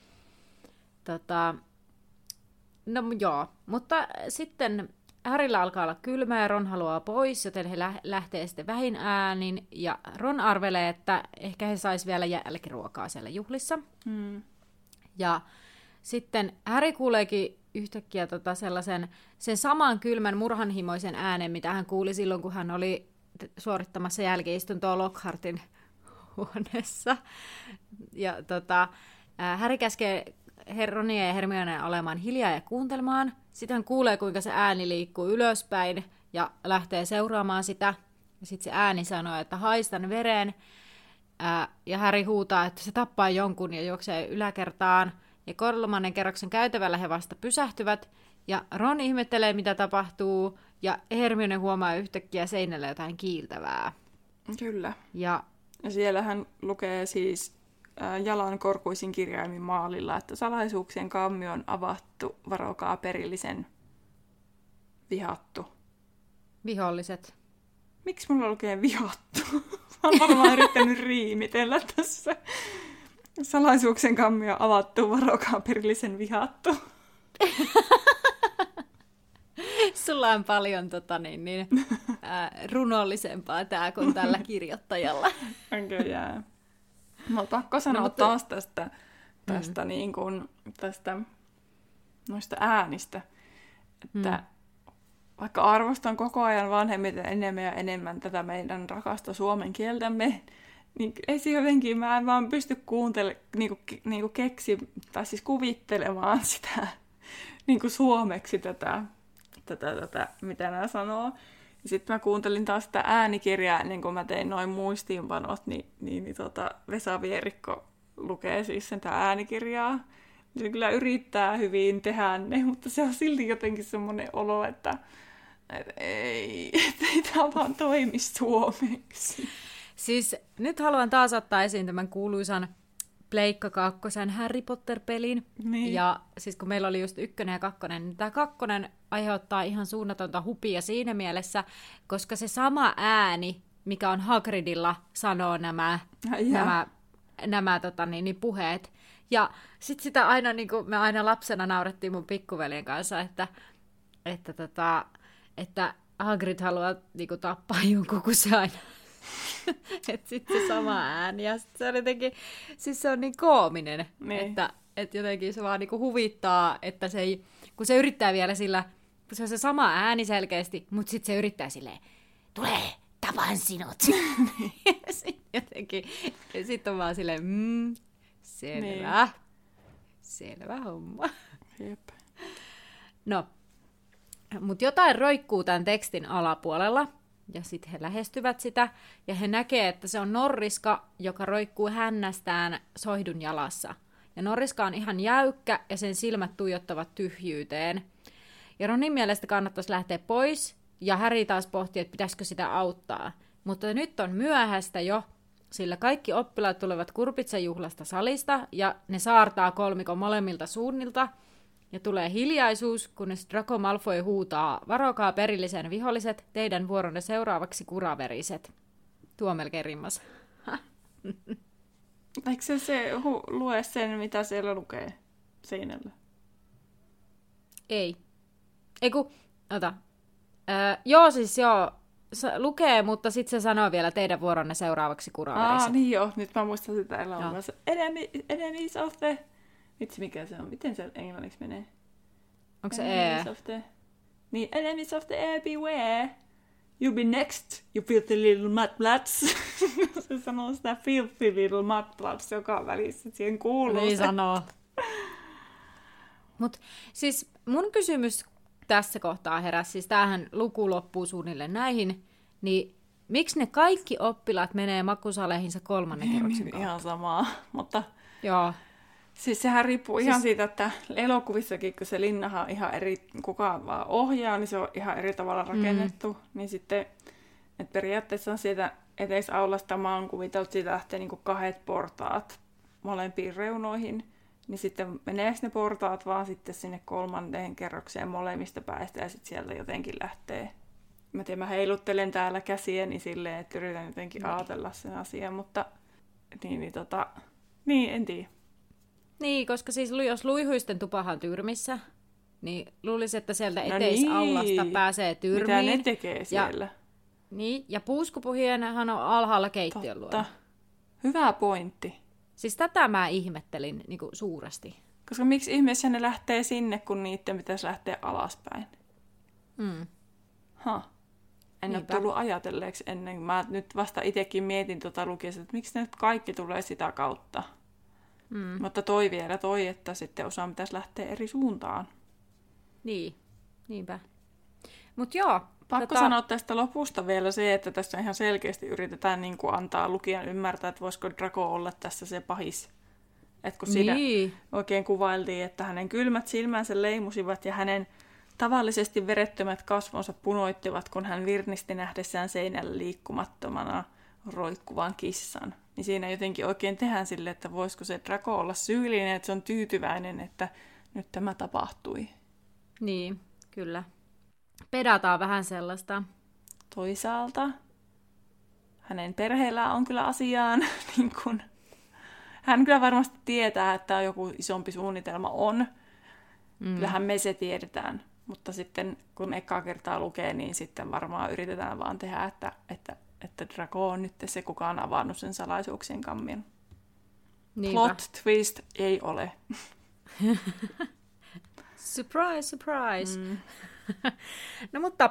S2: No joo, mutta sitten Harrylla alkaa olla kylmä ja Ron haluaa pois, joten he lähtee sitten vähin äänin, ja Ron arvelee, että ehkä he sais vielä jälkiruokaa siellä juhlissa. Ja sitten Harry kuuleekin yhtäkkiä sellaisen sen saman kylmän murhanhimoisen äänen, mitä hän kuuli silloin, kun hän oli suorittamassa jälki-istuntoa Lockhartin huoneessa. Ja Harry käskee Ronia ja Hermionea olemaan hiljaa ja kuuntelemaan. Sitten hän kuulee, kuinka se ääni liikkuu ylöspäin ja lähtee seuraamaan sitä. Ja sitten se ääni sanoo, että haistan veren. Ja Harry huutaa, että se tappaa jonkun ja juoksee yläkertaan. Ja 3. kerroksen käytävällä he vasta pysähtyvät. Ja Ron ihmettelee, mitä tapahtuu. Ja Hermione huomaa yhtäkkiä seinällä jotain kiiltävää.
S1: Kyllä.
S2: Ja
S1: siellä hän lukee siis jalan korkuisin kirjaimin maalilla, että salaisuuksien kammio on avattu, varokaa perillisen vihattu.
S2: Viholliset.
S1: Miksi mulla lukee vihattu? Mä oon varmaan yrittänyt riimitellä tässä. Salaisuuksien kammio avattu, varokaa perillisen vihattu.
S2: Sulla on paljon runollisempaa tää kuin tällä kirjoittajalla.
S1: Kyllä. Mä oon pakko sanoa taas tästä noista äänistä, että vaikka arvostan koko ajan vanhemmiten enemmän ja enemmän tätä meidän rakasta suomen kieltämme, niin ei se jotenkin, mä en vaan pysty kuvittelemaan sitä suomeksi tätä, mitä nämä sanoo. Sitten mä kuuntelin taas sitä äänikirjaa ennen kuin mä tein noin muistiinpanot, niin Vesa Vierikko lukee siis sen äänikirjaa. Se kyllä yrittää hyvin tehdä ne, mutta se on silti jotenkin semmoinen olo, että ei tämä vaan toimi suomeksi.
S2: Siis nyt haluan taas ottaa esiin tämän kuuluisan Pleikka 2 Harry Potter-pelin.
S1: Niin.
S2: Ja siis kun meillä oli just 1 ja 2, niin tämä 2 aiheuttaa ihan suunnatonta hupia siinä mielessä, koska se sama ääni, mikä on Hagridilla, sanoo nämä puheet. Ja sitten sitä aina, niin kuin me aina lapsena naurettiin mun pikkuveljen kanssa, että Hagrid haluaa niin kuin tappaa jonkun, kun se aina... että sitten se sama ääni. Ja se on jotenkin, siis se on niin koominen,
S1: niin.
S2: että jotenkin se vaan niinku huvittaa, että se ei, kun se yrittää vielä sillä, kun se on se sama ääni selkeästi, mutta sitten se yrittää silleen, tulee, tapan sinut. Jotenkin, ja sitten on vaan silleen, selvä, niin. Selvä homma.
S1: Jep.
S2: No, mutta jotain roikkuu tämän tekstin alapuolella. Ja sitten he lähestyvät sitä, ja he näkee, että se on Norriska, joka roikkuu hännästään Soihdun jalassa. Ja Norriska on ihan jäykkä, ja sen silmät tuijottavat tyhjyyteen. Ja Ronin mielestä kannattaisi lähteä pois, ja Harry taas pohtii, että pitäisikö sitä auttaa. Mutta nyt on myöhäistä jo, sillä kaikki oppilaat tulevat Kurpitsan-juhlasta salista, ja ne saartaa kolmikon molemmilta suunnilta. Ja tulee hiljaisuus, kunnes Draco Malfoy huutaa, varokaa perillisen viholliset, teidän vuoronne seuraavaksi kuraveriset. Tuo melkein rimmas.
S1: Eikö se lue sen, mitä siellä lukee seinällä?
S2: Ei. Eiku, ota. Joo, siis joo. Lukee, mutta sitten se sanoo vielä teidän vuoronne seuraavaksi kuraverissa.
S1: Niin joo, nyt mä muistan sitä elokuvassa. Enemies of the... Vitsi, mikä se on? Miten se englanniksi menee?
S2: Onko se
S1: Enemies of the... Niin, enemies of the air, beware. You be next, you filthy little mudbloods. Se sanoo sitä filthy little mudbloods joka välissä. Siihen kuuluu
S2: niin
S1: se.
S2: sanoo. Mut siis mun kysymys tässä kohtaa heräsi, siis tämähän luku loppuu suunnilleen näihin, niin miksi ne kaikki oppilaat menee makusaleihinsa 3. kerroksen kautta?
S1: Ihan samaa, mutta...
S2: Joo.
S1: Siis sehän riippuu ihan siitä, että elokuvissakin, kun se linnahan on ihan eri, kuka vaan ohjaa, niin se on ihan eri tavalla rakennettu. Niin sitten, että periaatteessa on siitä eteisaulasta, mä oon kuvitellut, että siitä lähtee niin kuin 2 portaat molempiin reunoihin. Niin sitten meneekö ne portaat vaan sitten sinne 3. kerrokseen molemmista päistä ja sitten sieltä jotenkin lähtee. Mä heiluttelen täällä käsiäni silleen, että yritän jotenkin ajatella sen asian, mutta niin en tiedä.
S2: Niin, koska siis jos luihuisten tupahan tyrmissä, niin luulisi, että sieltä eteisaulasta pääsee tyrmiin.
S1: Mitä ne tekee siellä?
S2: Ja puuskupuhienhan on alhaalla keittiön luona.
S1: Hyvä pointti.
S2: Siis tätä mä ihmettelin niin kuin suuresti.
S1: Koska miksi ihmeessä ne lähtee sinne, kun niiden pitäisi lähteä alaspäin? En ole tullut ajatelleeksi ennen. Mä nyt vasta itsekin mietin lukiessa, että miksi ne nyt kaikki tulee sitä kautta. Mutta toi, että sitten osa pitäisi lähteä eri suuntaan.
S2: Niin, niinpä. Mut joo.
S1: Pakko sanoa tästä lopusta vielä se, että tässä ihan selkeästi yritetään niin kuin antaa lukijan ymmärtää, että voisiko Draco olla tässä se pahis. Et kun siinä oikein kuvailtiin, että hänen kylmät silmänsä leimusivat ja hänen tavallisesti verettömät kasvonsa punoittivat, kun hän virnisti nähdessään seinällä liikkumattomana roikkuvan kissan. Niin siinä jotenkin oikein tehdään sille, että voisiko se Draco olla syyllinen, että se on tyytyväinen, että nyt tämä tapahtui.
S2: Niin, kyllä. Pedataan vähän sellaista.
S1: Toisaalta hänen perheellään on kyllä asiaan, niin kun, hän kyllä varmasti tietää, että joku isompi suunnitelma on. Kyllähän me se tiedetään, mutta sitten kun ekaa kertaa lukee, niin sitten varmaan yritetään vaan tehdä, että Draco on nyt se, kuka on avannut sen salaisuuksien kammion. Niinpä. Plot twist ei ole.
S2: Surprise, surprise. No mutta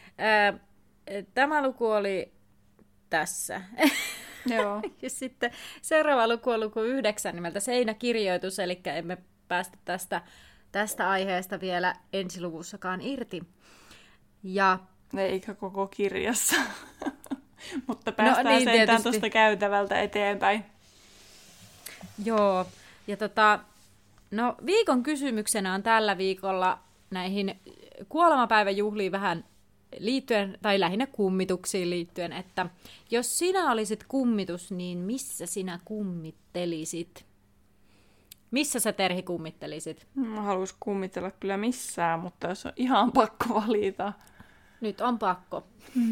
S2: tämä luku oli tässä.
S1: Joo.
S2: Ja sitten seuraava luku on luku 9 nimeltä Seinäkirjoitus, eli emme päästä tästä aiheesta vielä ensiluvussakaan irti. Ja
S1: eikä koko kirjassa. Mutta päästään sentään tuosta käytävältä eteenpäin.
S2: Joo. Ja viikon kysymyksenä on tällä viikolla näihin kuolemapäiväjuhliin vähän liittyen, tai lähinnä kummituksiin liittyen, että jos sinä olisit kummitus, niin missä sinä kummittelisit? Missä sä, Terhi, kummittelisit?
S1: Mä haluaisin kummitella kyllä missään, mutta jos on ihan pakko valita.
S2: Nyt on pakko.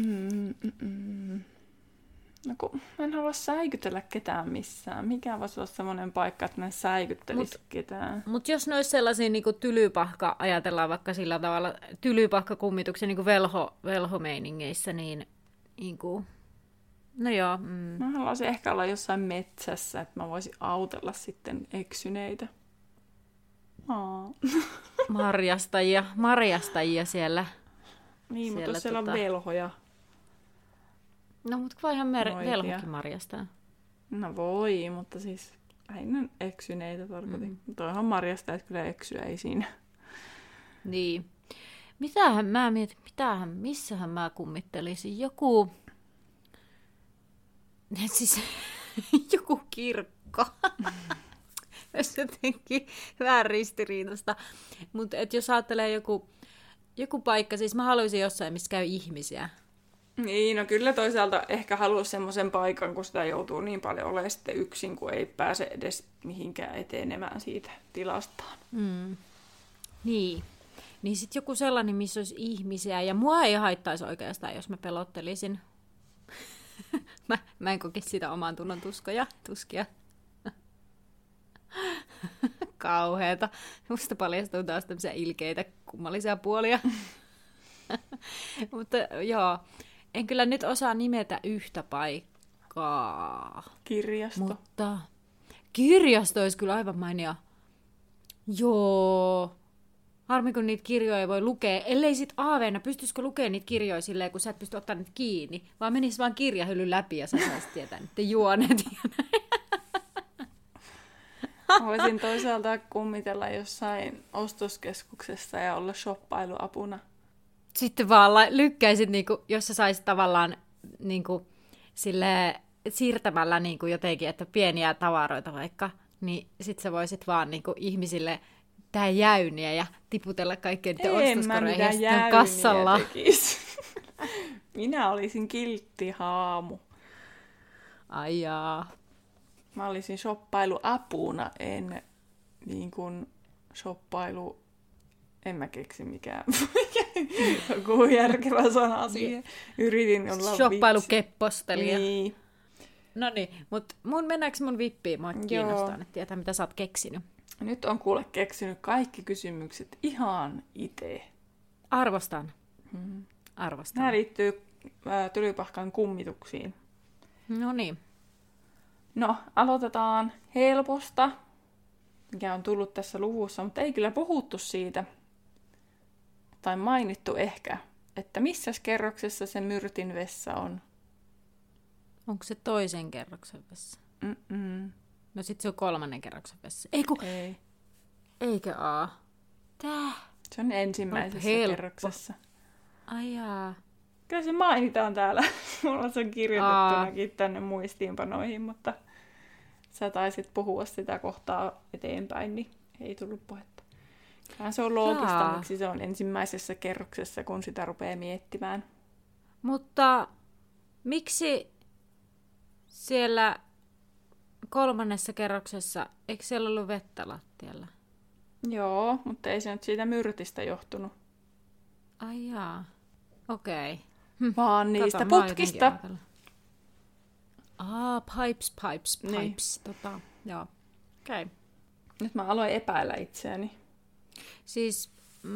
S1: No kun mä en halua säikytellä ketään missään. Mikä voisi olla semmoinen paikka, että mä en säikyttelisi ketään?
S2: Mutta jos ne olisi sellaisia niin kuin tylypahka, ajatellaan vaikka sillä tavalla tylypahkakummituksia niin kuin velhomeiningeissä, niin kuin, no joo.
S1: Mä haluaisin ehkä olla jossain metsässä, että mä voisin autella sitten eksyneitä.
S2: Marjastajia siellä.
S1: Niin, mutta jos siellä on velhoja.
S2: No, mutta voihan velhokin marjastaa.
S1: No voi, mutta siis ei ne eksyneitä tarkoitin. Toihan marjastajat kyllä eksyä, ei siinä.
S2: Niin. Missähän mä kummittelisin? Joku kirkko. Myös jotenkin vähän ristiriidasta. Mutta jos ajattelee joku paikka, siis mä haluaisin jossain, missä käy ihmisiä.
S1: Niin, no kyllä toisaalta ehkä haluaisi semmoisen paikan, kun sitä joutuu niin paljon olemaan sitten yksin, kun ei pääse edes mihinkään etenemään siitä tilastaan.
S2: Niin sitten joku sellainen, missä olisi ihmisiä, ja mua ei haittaisi oikeastaan, jos mä pelottelisin. mä en kokisi sitä oman tunnon tuskia. Kauheeta. Musta paljastuu taas tämmöisiä ilkeitä kummallisia puolia. Mutta joo, en kyllä nyt osaa nimetä yhtä paikkaa.
S1: Kirjasto.
S2: Mutta kirjasto olisi kyllä aivan mainio. Joo. Harmi, kun niitä kirjoja voi lukea. Ellei sit aaveena, pystyisikö lukemaan niitä kirjoja silleen, kun sä et pysty ottaa niitä kiinni. Vaan menis vaan kirjahyllyn läpi ja sä saisit tietää niiden juonet.
S1: Voisin toisaalta kummitella jossain ostoskeskuksessa ja olla shoppailuapuna.
S2: Sitten vaan lykkäisit, niinku, jos sä saisit tavallaan niinku, siirtämällä niinku, jotenkin, että pieniä tavaroita vaikka, niin sit sä voisit vaan niinku, ihmisille tää jäyniä ja tiputella kaikkien niiden ostoskoreihin ja sitten kassalla.
S1: Minä olisin kiltti haamu.
S2: Ai jaa.
S1: Mä olisin shoppailuapuna, en niin kuin shoppailu... En mä keksi mikään joku järkevä sana siihen. Yritin olla
S2: Shoppailukepostelija.
S1: Niin.
S2: No niin, mutta mennäänkö mun vippiin? Mua kiinnostaa, että tietää, mitä sä oot keksinyt.
S1: Nyt on kuule keksinyt kaikki kysymykset ihan itse.
S2: Arvostan. Arvostan.
S1: Nämä liittyy Tylypahkan kummituksiin.
S2: No niin.
S1: No, aloitetaan helposta, mikä on tullut tässä luvussa, mutta ei kyllä puhuttu siitä. Tai mainittu ehkä, että missäs kerroksessa se Myrtin vessa on.
S2: Onko se toisen kerroksen vessa?
S1: Mm-mm.
S2: No sit se on kolmannen kerroksen vessa.
S1: Ei.
S2: Eikö Tää?
S1: Se on ensimmäisessä kerroksessa.
S2: Ai jaa.
S1: Kyllä se mainitaan täällä. Mulla se on kirjoitettunakin tänne muistiinpanoihin, mutta sä taisit puhua sitä kohtaa eteenpäin, niin ei tullut puhetta. Kyllä se on loogista, miksi se on ensimmäisessä kerroksessa, kun sitä rupeaa miettimään.
S2: Mutta miksi siellä kolmannessa kerroksessa, eikö siellä ollut vettä lattialla?
S1: Joo, mutta ei se nyt siitä myrtistä johtunut.
S2: Ai jaa, okei.
S1: Vaan niistä putkista.
S2: Pipes. Niin. Joo, okei.
S1: Nyt mä aloin epäillä itseäni.
S2: Siis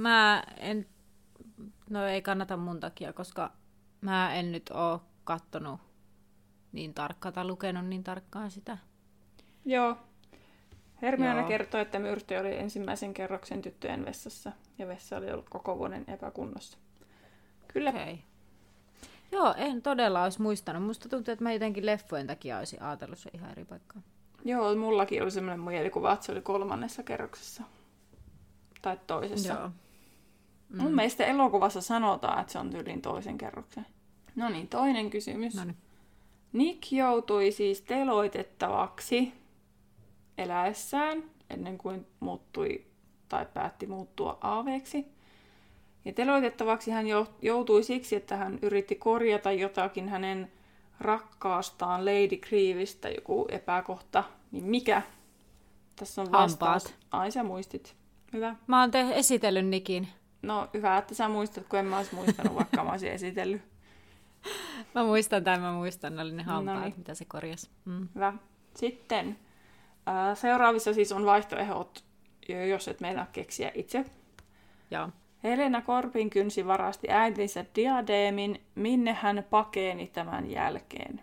S2: no ei kannata mun takia, koska mä en nyt oo kattonut niin tarkkaan tai lukenut niin tarkkaan sitä.
S1: Joo. Hermione kertoi, että Myrti oli ensimmäisen kerroksen tyttöjen vessassa ja vessa oli ollut koko vuoden epäkunnossa. Kyllä.
S2: Okay. Joo, en todella olisi muistanut. Musta tuntuu, että mä jotenkin leffojen takia olisin ajatellut se ihan eri paikkaan.
S1: Joo, mullakin oli semmoinen mielikuva, että se oli kolmannessa kerroksessa. Tai toisessa.
S2: Joo.
S1: Mun mielestä elokuvassa sanotaan, että se on tyyliin toisen kerroksen. No niin, toinen kysymys.
S2: Noniin.
S1: Nick joutui siis teloitettavaksi eläessään, ennen kuin muuttui tai päätti muuttua aaveeksi. Ja teloitettavaksi hän joutui siksi, että hän yritti korjata jotakin hänen rakkaastaan Lady Greavistä, joku epäkohta. Niin mikä? Tässä on vastaus.
S2: Hampaat.
S1: Ai, sä muistit. Hyvä.
S2: Mä oon esitellyt Nikin.
S1: No, hyvä, että sä muistat, kun en mä olisi muistanut, vaikka mä olisin esitellyt.
S2: Mä muistan, ne oli ne hampaat, mitä se korjasi.
S1: Hyvä. Sitten seuraavissa siis on vaihtoehdot, jos et meinaa keksiä itse.
S2: Joo.
S1: Helena Korpinkynsi varasti äitinsä diadeemin. Minne hän pakeeni tämän jälkeen?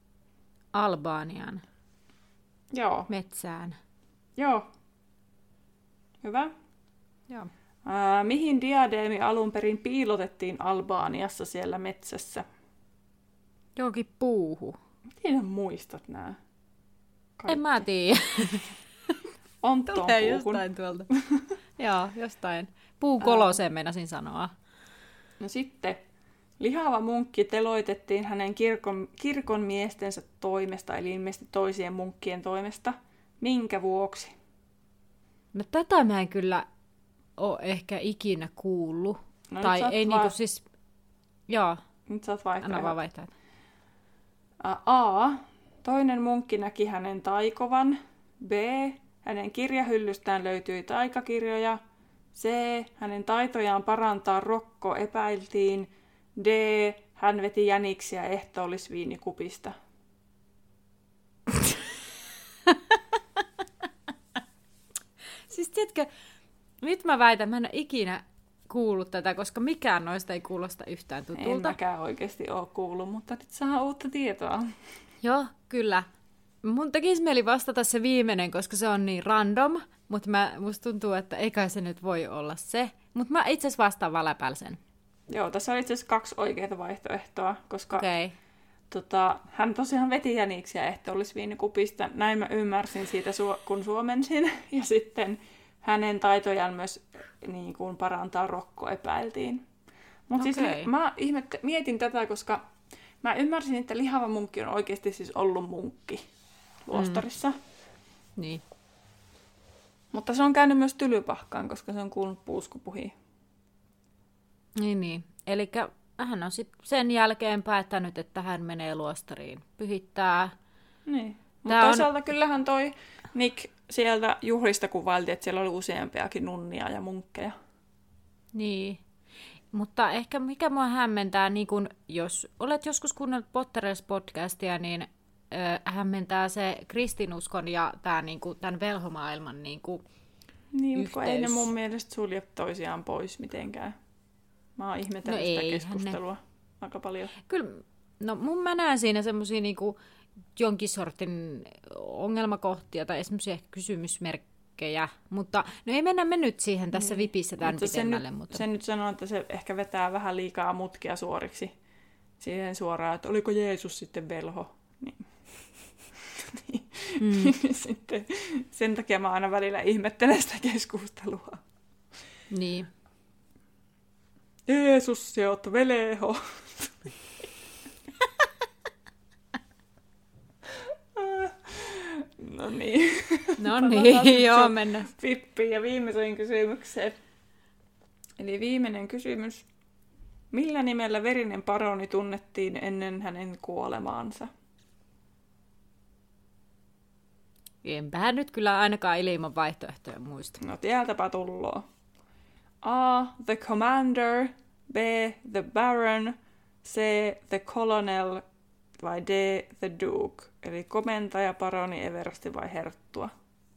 S2: Albaniaan.
S1: Joo.
S2: Metsään.
S1: Joo. Hyvä.
S2: Joo.
S1: Mihin diadeemi alun perin piilotettiin Albaniassa siellä metsässä?
S2: Johonkin puuhu.
S1: Miten muistat nää? Kaikki.
S2: En mä tiedä.
S1: Onttoon
S2: Tulee
S1: puuhun.
S2: jostain tuolta. Joo, jostain. Puukoloseen meinasin sanoa.
S1: No sitten, lihava munkki teloitettiin hänen kirkon miestensä toimesta, eli ilmeisesti toisien munkkien toimesta. Minkä vuoksi?
S2: No tätä mä en kyllä ole ehkä ikinä kuullut.
S1: No,
S2: tai ei niinku siis... Joo.
S1: Nyt saat vaihtaa.
S2: Anna vaan vaihtaa.
S1: A. Toinen munkki näki hänen taikovan. B. Hänen kirjahyllystään löytyi taikakirjoja. C. Hänen taitojaan parantaa rokko epäiltiin. D. Hän veti jäniksiä ehtoollisviinikupista.
S2: Siis tiedätkö, nyt mä väitän, mä en ole ikinä kuullut tätä, koska mikään noista ei kuulosta yhtään tutulta.
S1: En mäkään oikeasti ole kuullut, mutta nyt saa uutta tietoa.
S2: Joo, kyllä. Mun tekisi mieli vastata se viimeinen, koska se on niin random, mutta musta tuntuu, että eikä se nyt voi olla se. Mutta mä itse asiassa vastaan vaan läpällä sen.
S1: Joo, tässä on itse asiassa 2 oikeaa vaihtoehtoa, koska
S2: Okei.
S1: hän tosiaan veti jäniksiä ehtoollisviinikupista. Näin mä ymmärsin siitä, kun suomensin. Ja sitten hänen taitojaan myös niin kuin parantaa rokko epäiltiin. Mutta siis mä mietin tätä, koska mä ymmärsin, että lihava munkki on oikeasti siis ollut munkki luostarissa.
S2: Niin.
S1: Mutta se on käynyt myös Tylypahkaan, koska se on kuulunut puuskupuhiin.
S2: Niin. Eli hän on sitten sen jälkeen päättänyt, että hän menee luostariin. Pyhittää.
S1: Niin. Mutta toisaalta kyllähän toi Nick sieltä juhlista kuvailtiin, että siellä oli useampiakin nunnia ja munkkeja.
S2: Niin. Mutta ehkä mikä mua hämmentää, niin kun, jos olet joskus kuunnellut Potterers-podcastia, niin hämmentää se kristinuskon ja tämän velhomaailman
S1: niin, mutta ei ne mun mielestä sulje toisiaan pois mitenkään. Mä oon ihmetellyt sitä keskustelua aika paljon.
S2: Kyllä, mä näen siinä semmosia jonkin sortin ongelmakohtia tai semmoisia ehkä kysymysmerkkejä, mutta ei mennä nyt siihen tässä vipissä tämän pitemmälle.
S1: Se nyt sanoo, että se ehkä vetää vähän liikaa mutkia suoriksi siihen suoraan, että oliko Jeesus sitten velho. Sitten, sen takia mä aina välillä ihmettelen sitä keskustelua.
S2: Niin.
S1: Jeesus, se oot veleho. No niin,
S2: joo, mennä.
S1: Pippi ja viimeiseen kysymykseen. Eli viimeinen kysymys. Millä nimellä verinen paroni tunnettiin ennen hänen kuolemaansa?
S2: Enpähän nyt kyllä ainakaan ilman vaihtoehtoja muista.
S1: No täältäpä tulloo. A. The Commander. B. The Baron. C. The Colonel. Vai D. The Duke. Eli komentaja, paroni, eversti vai herttua?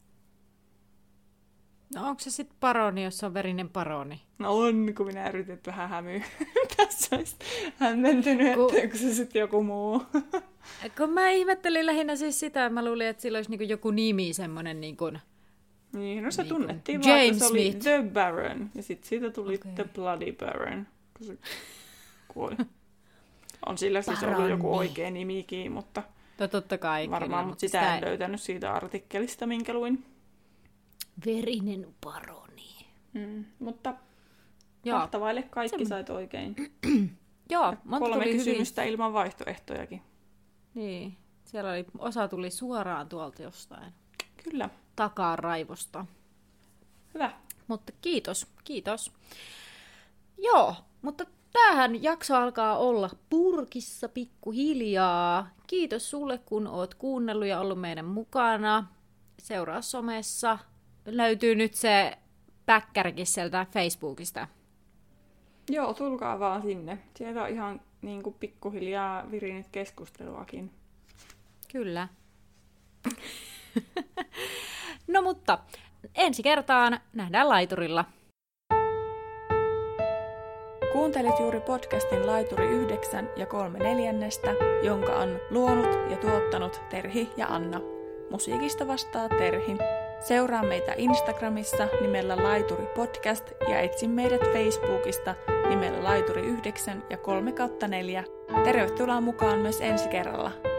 S2: No onko se sitten paroni, jos on verinen paroni?
S1: No on, kun minä yritin vähän hämyä. Tässä olisi hämmentynyt, että onko se sitten joku muu.
S2: Kun mä ihmettelin lähinnä siis sitä, mä luulin, että sillä olisi joku nimi semmoinen niin,
S1: no se tunnettiin vaan, että se oli
S2: Smith.
S1: The Baron. Ja sitten siitä tuli The Bloody Baron, kun se kuoli. On sillä siis ollut joku oikea nimikin, mutta
S2: totta kai,
S1: varmaan, mutta sitä en löytänyt siitä artikkelista, minkä luin.
S2: Verinen paroni.
S1: Mutta mahtavaille kaikki sait oikein.
S2: Joo,
S1: 3 kysymystä hyvin. Ilman vaihtoehtojakin.
S2: Niin, siellä oli, osa tuli suoraan tuolta jostain.
S1: Kyllä.
S2: Takaraivosta.
S1: Hyvä.
S2: Mutta kiitos. Joo, mutta tämähän jakso alkaa olla purkissa pikkuhiljaa. Kiitos sulle, kun oot kuunnellut ja ollut meidän mukana. Seuraa somessa. Löytyy nyt se päkkärikin sieltä Facebookista.
S1: Joo, tulkaa vaan sinne. Sieltä on ihan niin kuin pikkuhiljaa virinyt keskusteluakin.
S2: Kyllä. No mutta ensi kertaan nähdään laiturilla.
S1: Kuuntelit juuri podcastin Laituri 9 ja 3/4, jonka on luonut ja tuottanut Terhi ja Anna. Musiikista vastaa Terhi. Seuraa meitä Instagramissa nimellä Laituri Podcast ja etsi meidät Facebookista nimellä Laituri 9 ja 3/4. Tervetuloa mukaan myös ensi kerralla.